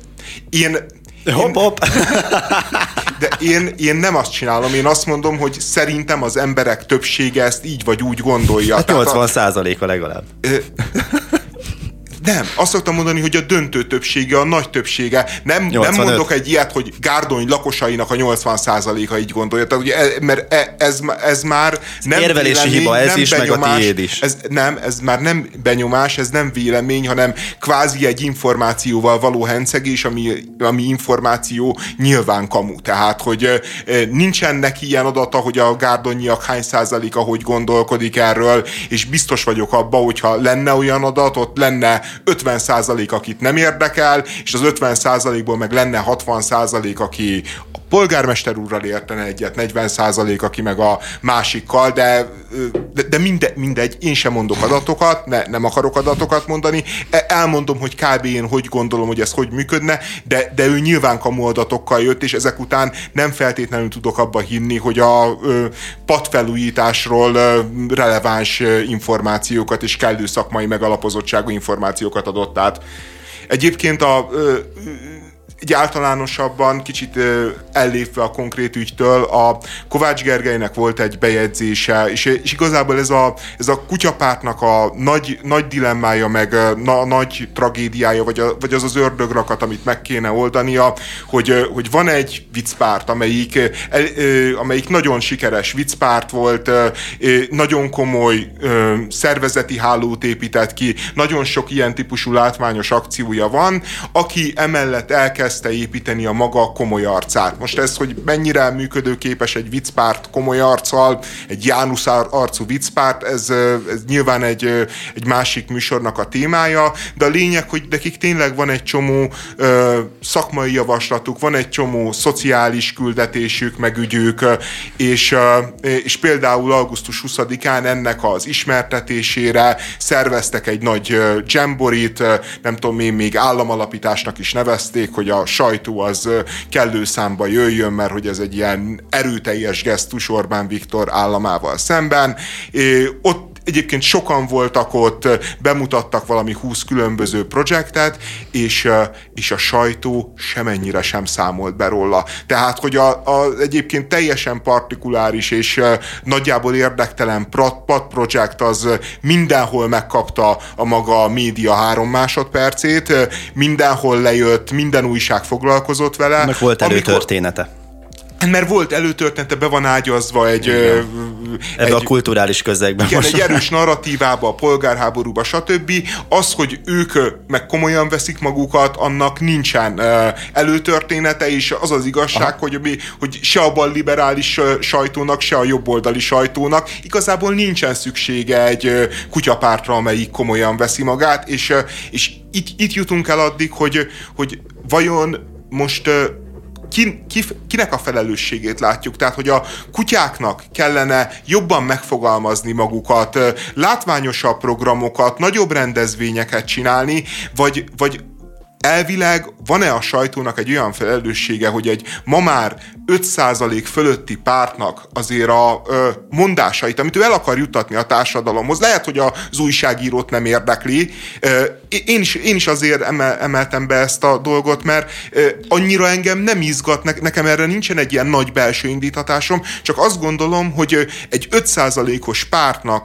Speaker 3: Hopp.
Speaker 2: De én nem azt csinálom, én azt mondom, hogy szerintem az emberek többsége ezt így vagy úgy gondolja.
Speaker 3: Hát 80%-a legalább.
Speaker 2: Nem, azt szoktam mondani, hogy a döntő többsége, a nagy többsége. Nem mondok egy ilyet, hogy Gárdony lakosainak a 80%-a így gondolja. Tehát, ugye, mert ez már nem
Speaker 3: érvelési
Speaker 2: vélemény,
Speaker 3: hiba, ez
Speaker 2: nem
Speaker 3: is,
Speaker 2: benyomás,
Speaker 3: meg a tiéd is.
Speaker 2: Ez már nem benyomás, ez nem vélemény, hanem kvázi egy információval való hencegés, ami információ nyilván kamu. Tehát, hogy nincsen neki ilyen adata, hogy a gárdonyiak hány százaléka hogy gondolkodik erről, és biztos vagyok abban, hogyha lenne olyan adat, ott lenne 50%, akit nem érdekel, és az 50%-ból meg lenne 60%, aki a polgármester úrral értene egyet, 40%, aki meg a másikkal, de mindegy, én sem mondok adatokat, nem akarok adatokat mondani, elmondom, hogy kb. Én hogy gondolom, hogy ez hogy működne, de ő nyilván kamu adatokkal jött, és ezek után nem feltétlenül tudok abba hinni, hogy a padfelújításról releváns információkat és kellő szakmai megalapozottságú információkat adott át. Egyébként egy általánosabban, kicsit ellépve a konkrét ügytől, a Kovács Gergelynek volt egy bejegyzése, és igazából ez a kutyapártnak a nagy dilemmája, meg a nagy tragédiája, vagy az ördögrakat, amit meg kéne oldania, hogy van egy viccpárt, amelyik nagyon sikeres viccpárt volt, nagyon komoly szervezeti hálót épített ki, nagyon sok ilyen típusú látványos akciója van, aki emellett elkezdte építeni a maga komoly arcát. Most ez, hogy mennyire működőképes egy viccpárt komoly arccal, egy Jánusz arcú viccpárt, ez nyilván egy másik műsornak a témája, de a lényeg, hogy nekik tényleg van egy csomó szakmai javaslatuk, van egy csomó szociális küldetésük, meg ügyük, és például augusztus 20-án ennek az ismertetésére szerveztek egy nagy jamborit, nem tudom én, még államalapításnak is nevezték, hogy a sajtó az kellő számba jöjjön, mert hogy ez egy ilyen erőteljes gesztus Orbán Viktor államával szemben. Ott egyébként sokan voltak ott, bemutattak valami 20 különböző projektet, és a sajtó semennyire sem számolt be róla. Tehát, hogy egyébként teljesen partikuláris és nagyjából érdektelen PAD projekt az mindenhol megkapta a maga média 3 másodpercét, mindenhol lejött, minden újság foglalkozott vele.
Speaker 3: Meg volt előtörténete.
Speaker 2: Mert volt előtörténete, be van ágyazva
Speaker 3: ebbe a kulturális közegben.
Speaker 2: Igen, egy erős narratívába, a polgárháborúba, stb. Az, hogy ők meg komolyan veszik magukat, annak nincsen előtörténete, és az az igazság, hogy se a balliberális sajtónak, se a jobboldali sajtónak igazából nincsen szüksége egy kutyapártra, amelyik komolyan veszi magát, és itt jutunk el addig, hogy vajon most kinek a felelősségét látjuk? Tehát, hogy a kutyáknak kellene jobban megfogalmazni magukat, látványosabb programokat, nagyobb rendezvényeket csinálni, vagy elvileg van-e a sajtónak egy olyan felelőssége, hogy egy ma már 5% fölötti pártnak azért a mondásait, amit ő el akar juttatni a társadalomhoz, lehet, hogy az újságírót nem érdekli. Én is azért emeltem be ezt a dolgot, mert annyira engem nem izgat, nekem erre nincsen egy ilyen nagy belső indítatásom, csak azt gondolom, hogy egy 5%-os pártnak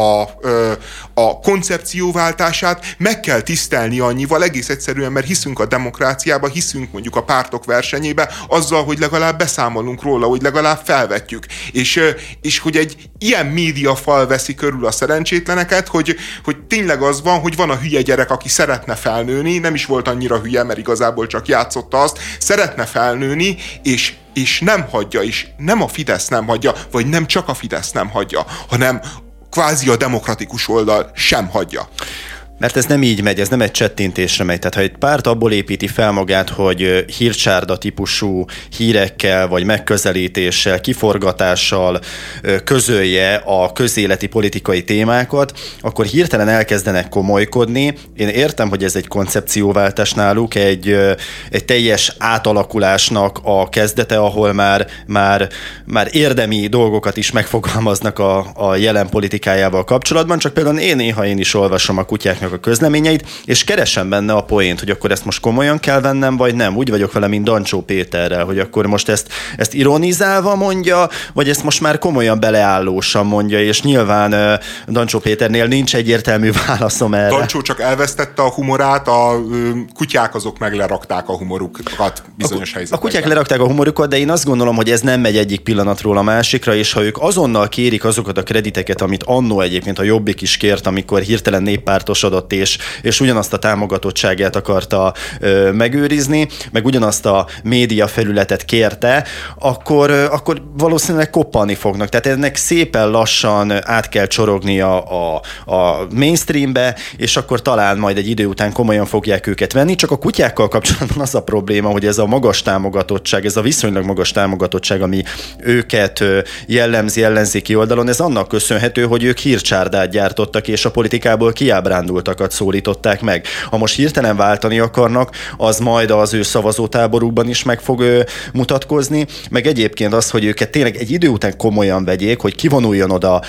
Speaker 2: a koncepcióváltását meg kell tisztelni annyival, egész egyszerűen, mert hiszünk a demokráciába, hiszünk mondjuk a pártok versenyébe, azzal, hogy legalább beszámolunk róla, hogy legalább felvetjük. És hogy egy ilyen médiafal veszi körül a szerencsétleneket, hogy tényleg az van, hogy van a hülye gyerek, aki szeretne felnőni, nem is volt annyira hülye, mert igazából csak játszotta azt, szeretne felnőni, és nem hagyja, és nem a Fidesz nem hagyja, vagy nem csak a Fidesz nem hagyja, hanem kvázi a demokratikus oldal sem hagyja.
Speaker 3: Mert ez nem így megy, ez nem egy csettintésre megy. Tehát ha egy párt abból építi fel magát, hogy hírcsárda típusú hírekkel, vagy megközelítéssel, kiforgatással közölje a közéleti politikai témákat, akkor hirtelen elkezdenek komolykodni. Én értem, hogy ez egy koncepcióváltás náluk, egy teljes átalakulásnak a kezdete, ahol már érdemi dolgokat is megfogalmaznak a jelen politikájával kapcsolatban. Csak például én is olvasom a Kutyáknak ezeknek a közleményeit, és keresem benne a poént, hogy akkor ezt most komolyan kell vennem, vagy nem. Úgy vagyok vele, mint Dancsó Péterrel, hogy akkor most ezt ironizálva mondja, vagy ezt most már komolyan beleállósan mondja, és nyilván Dancsó Péternél nincs egyértelmű válaszom erre.
Speaker 2: Dancsó csak elvesztette a humorát, a kutyák azok meg lerakták a humorukat bizonyos helyzetben.
Speaker 3: A kutyák lerakták a humorukat, de én azt gondolom, hogy ez nem megy egyik pillanatról a másikra, és ha ők azonnal kérik azokat a krediteket, amit annó egyébként a Jobbik is kért, amikor hirtelen néppártosodott, és ugyanazt a támogatottságát akarta megőrizni, meg ugyanazt a média felületet kérte, akkor valószínűleg koppanni fognak. Tehát ennek szépen lassan át kell csorognia a mainstreambe, és akkor talán majd egy idő után komolyan fogják őket venni. Csak a kutyákkal kapcsolatban az a probléma, hogy ez a magas támogatottság, ez a viszonylag magas támogatottság, ami őket jellemzi ellenzéki oldalon, ez annak köszönhető, hogy ők hírcsárdát gyártottak, és a politikából kiábrándultakat szólították meg. Ha most hirtelen váltani akarnak, az majd az ő szavazótáborukban is meg fog mutatkozni, meg egyébként az, hogy őket tényleg egy idő után komolyan vegyék, hogy kivonuljon oda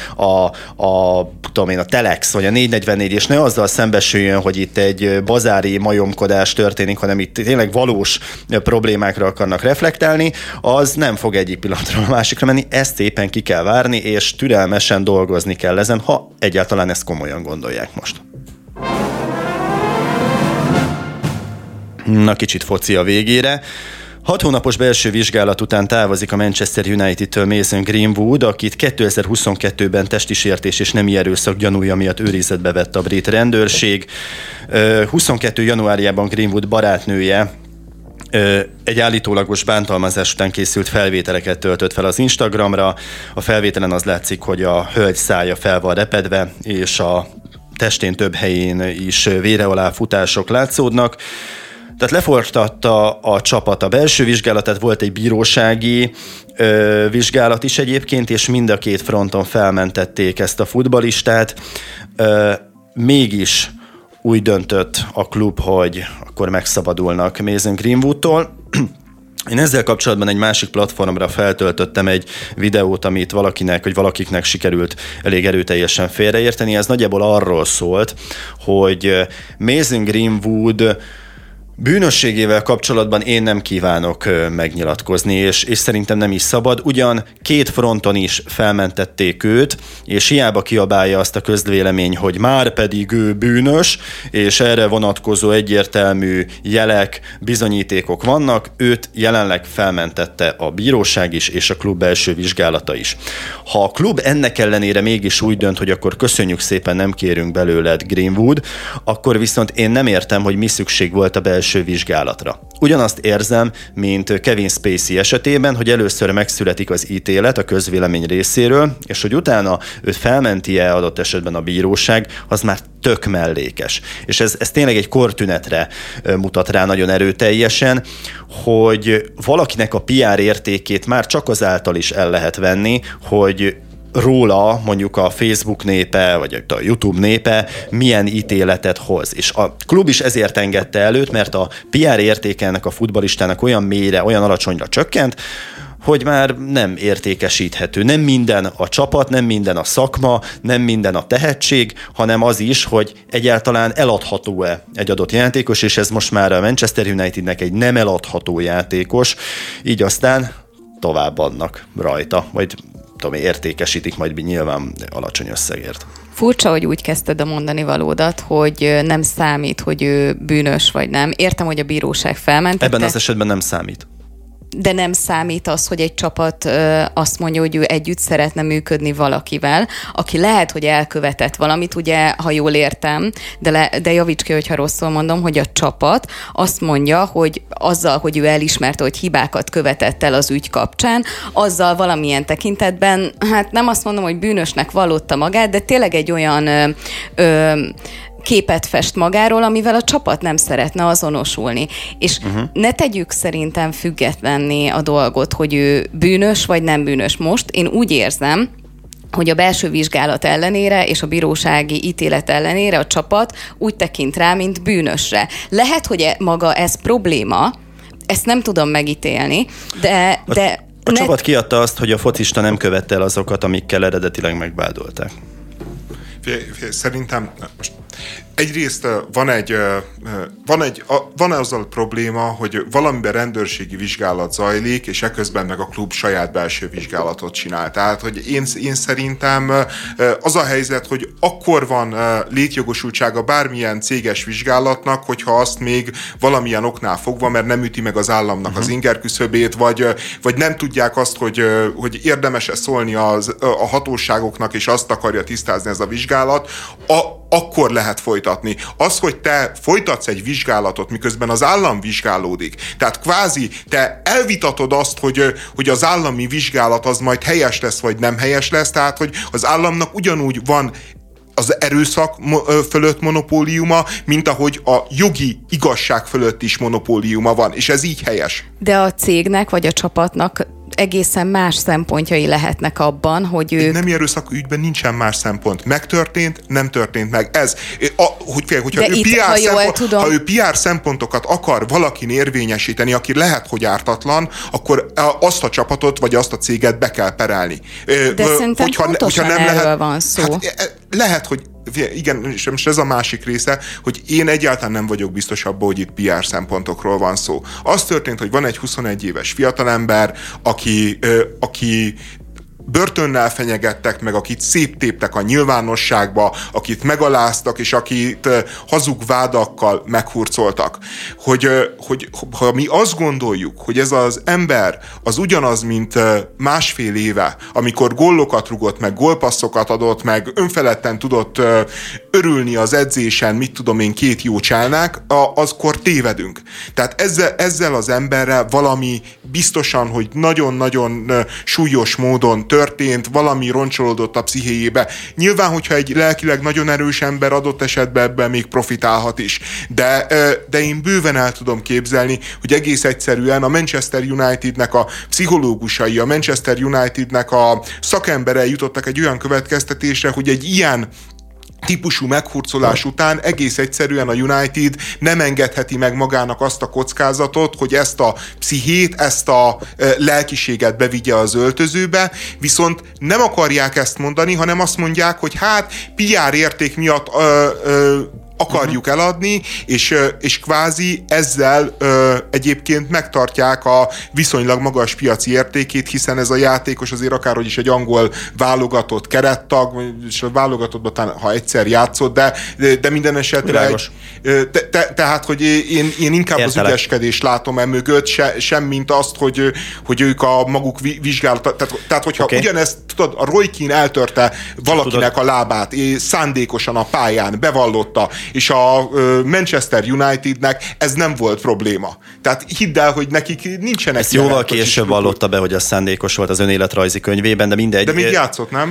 Speaker 3: a Telex, vagy a 444, és ne azzal szembesüljön, hogy itt egy bazári majomkodás történik, hanem itt tényleg valós problémákra akarnak reflektálni, az nem fog egyik pillanatról a másikra menni, ezt szépen ki kell várni, és türelmesen dolgozni kell ezen, ha egyáltalán ezt komolyan gondolják most. Na, kicsit foci a végére. 6 hónapos belső vizsgálat után távozik a Manchester United-től Mason Greenwood, akit 2022-ben testi sértés és nemi erőszak gyanúja miatt őrizetbe vett a brit rendőrség. 22. januárjában Greenwood barátnője egy állítólagos bántalmazás után készült felvételeket töltött fel az Instagramra. A felvételen az látszik, hogy a hölgy szája fel van repedve, és a testén több helyén is vére alá futások látszódnak. Tehát lefortatta a csapat a belső vizsgálatát, volt egy bírósági vizsgálat is egyébként, és mind a két fronton felmentették ezt a futballistát. Mégis úgy döntött a klub, hogy akkor megszabadulnak Mason Greenwoodtól. Én ezzel kapcsolatban egy másik platformra feltöltöttem egy videót, amit valakiknek sikerült elég erőteljesen félreérteni. Ez nagyjából arról szólt, hogy Mason Greenwood bűnösségével kapcsolatban én nem kívánok megnyilatkozni, és szerintem nem is szabad. Ugyan két fronton is felmentették őt, és hiába kiabálja azt a közvélemény, hogy már pedig ő bűnös, és erre vonatkozó egyértelmű jelek, bizonyítékok vannak, őt jelenleg felmentette a bíróság is, és a klub belső vizsgálata is. Ha a klub ennek ellenére mégis úgy dönt, hogy akkor köszönjük szépen, nem kérünk belőled, Greenwood, akkor viszont én nem értem, hogy mi szükség volt a belső vizsgálatra. Ugyanazt érzem, mint Kevin Spacey esetében, hogy először megszületik az ítélet a közvélemény részéről, és hogy utána őt felmenti-e adott esetben a bíróság, az már tök mellékes. És ez tényleg egy kortünetre mutat rá nagyon erőteljesen, hogy valakinek a PR értékét már csak azáltal is el lehet venni, hogy róla mondjuk a Facebook népe, vagy a YouTube népe milyen ítéletet hoz. És a klub is ezért engedte előtt, mert a PR értéke ennek a futballistának olyan mélyre, olyan alacsonyra csökkent, hogy már nem értékesíthető. Nem minden a csapat, nem minden a szakma, nem minden a tehetség, hanem az is, hogy egyáltalán eladható-e egy adott játékos, és ez most már a Manchester Unitednek egy nem eladható játékos, így aztán továbbadnak rajta, vagy értékesítik majd nyilván alacsony összegért.
Speaker 1: Furcsa, hogy úgy kezdted a mondani valódat, hogy nem számít, hogy ő bűnös vagy nem. Értem, hogy a bíróság felmentette.
Speaker 3: Ebben az esetben nem számít.
Speaker 1: De nem számít az, hogy egy csapat azt mondja, hogy ő együtt szeretne működni valakivel, aki lehet, hogy elkövetett valamit, ugye, ha jól értem, de javíts ki, hogyha rosszul mondom, hogy a csapat azt mondja, hogy azzal, hogy ő elismerte, hogy hibákat követett el az ügy kapcsán, azzal valamilyen tekintetben, hát nem azt mondom, hogy bűnösnek vallotta magát, de tényleg egy olyan képet fest magáról, amivel a csapat nem szeretne azonosulni. És ne tegyük szerintem függetlenné a dolgot, hogy ő bűnös vagy nem bűnös. Most én úgy érzem, hogy a belső vizsgálat ellenére és a bírósági ítélet ellenére a csapat úgy tekint rá, mint bűnösre. Lehet, hogy maga ez probléma, ezt nem tudom megítélni, de
Speaker 3: a csapat kiadta azt, hogy a focista nem követte el azokat, amikkel eredetileg megvádolták.
Speaker 2: Szerintem most Egyrészt van azzal a probléma, hogy valamiben rendőrségi vizsgálat zajlik, és eközben meg a klub saját belső vizsgálatot csinál. Tehát, hogy én szerintem az a helyzet, hogy akkor van létjogosultsága bármilyen céges vizsgálatnak, hogyha azt még valamilyen oknál fogva, mert nem üti meg az államnak az ingerküszöbét, vagy nem tudják azt, hogy érdemes-e szólni a hatóságoknak, és azt akarja tisztázni ez a vizsgálat, akkor lehet folytatni. Az, hogy te folytatsz egy vizsgálatot, miközben az állam vizsgálódik, tehát kvázi te elvitatod azt, hogy az állami vizsgálat az majd helyes lesz, vagy nem helyes lesz, tehát hogy az államnak ugyanúgy van az erőszak fölött monopóliuma, mint ahogy a jogi igazság fölött is monopóliuma van, és ez így helyes.
Speaker 1: De a cégnek vagy a csapatnak egészen más szempontjai lehetnek abban, hogy ők...
Speaker 2: Egy nem erőszak ügyben nincsen más szempont. Megtörtént, nem történt meg. Ez, ha ő PR szempontokat akar valakin érvényesíteni, aki lehet, hogy ártatlan, akkor azt a csapatot, vagy azt a céget be kell perelni.
Speaker 1: De szerintem pontosan nem erről van szó.
Speaker 2: Hát, lehet, hogy igen, és most ez a másik része, hogy én egyáltalán nem vagyok biztos abban, hogy itt PR szempontokról van szó. Az történt, hogy van egy 21 éves fiatalember, aki börtönnel fenyegettek meg, akit széttéptek a nyilvánosságba, akit megaláztak, és akit hazug vádakkal meghurcoltak. Hogy ha mi azt gondoljuk, hogy ez az ember az ugyanaz, mint másfél éve, amikor góllokat rugott, meg gólpasszokat adott, meg önfeledten tudott örülni az edzésen, mit tudom én, 2 jócsának, azkor tévedünk. Tehát ezzel az emberrel valami biztosan, hogy nagyon-nagyon súlyos módon történt, valami roncsolódott a pszichéjébe. Nyilván, hogyha egy lelkileg nagyon erős ember adott esetben ebben még profitálhat is. De én bőven el tudom képzelni, hogy egész egyszerűen a Manchester Unitednek a pszichológusai, a Manchester Unitednek a szakemberei jutottak egy olyan következtetésre, hogy egy ilyen típusú meghurcolás után egész egyszerűen a United nem engedheti meg magának azt a kockázatot, hogy ezt a pszichét, ezt a lelkiséget bevigye az öltözőbe, viszont nem akarják ezt mondani, hanem azt mondják, hogy hát PR érték miatt akarjuk eladni, és kvázi ezzel egyébként megtartják a viszonylag magas piaci értékét, hiszen ez a játékos azért akárhogy is egy angol válogatott kerettag, és a válogatottban ha egyszer játszott, de minden esetre tehát, hogy én inkább az ügyeskedést látom mögött, sem mint azt, hogy ők a maguk vizsgálat. Tehát hogyha ugyanezt, tudod, a Roy Keane eltörte valakinek a lábát, szándékosan a pályán, bevallotta, és a Manchester Unitednek ez nem volt probléma. Tehát hidd el, hogy nekik nincsenek...
Speaker 3: Ezt jóval később vallotta be, hogy az szándékos volt az önéletrajzi könyvében, de mindegy.
Speaker 2: De még játszott, nem?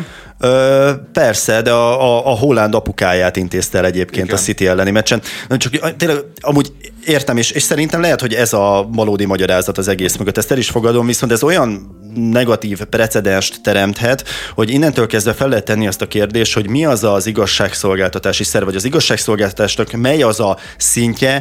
Speaker 3: Persze, de a Haaland apukáját intézte el egyébként. Igen. A City elleni meccsen. Csak tényleg amúgy értem, és szerintem lehet, hogy ez a valódi magyarázat az egész mögött. Ezt el is fogadom, viszont ez olyan negatív precedenst teremthet, hogy innentől kezdve fel lehet tenni azt a kérdést, hogy mi az az igazságszolgáltatási szerv, vagy az igazságszolgáltatásnak mely az a szintje,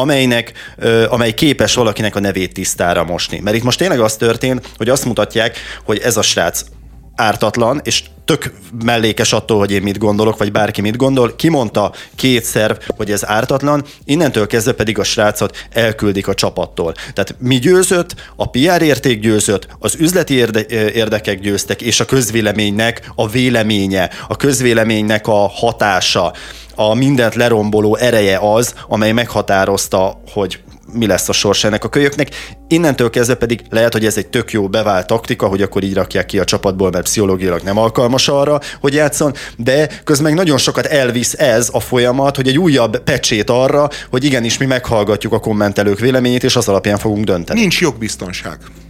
Speaker 3: amely képes valakinek a nevét tisztára mosni. Mert itt most tényleg az történt, hogy azt mutatják, hogy ez a srác ártatlan, és tök mellékes attól, hogy én mit gondolok, vagy bárki mit gondol. Kimondta 2 szerv, hogy ez ártatlan, innentől kezdve pedig a srácot elküldik a csapattól. Tehát mi győzött, a PR érték győzött, az üzleti érdekek győztek, és a közvéleménynek a véleménye, a közvéleménynek a hatása, a mindent leromboló ereje az, amely meghatározta, hogy mi lesz a sorsa ennek a kölyöknek. Innentől kezdve pedig lehet, hogy ez egy tök jó bevált taktika, hogy akkor így rakják ki a csapatból, mert pszichológiailag nem alkalmas arra, hogy játszon, de közben nagyon sokat elvisz ez a folyamat, hogy egy újabb pecsét arra, hogy igenis mi meghallgatjuk a kommentelők véleményét, és az alapján fogunk dönteni.
Speaker 2: Nincs jogbiztonság.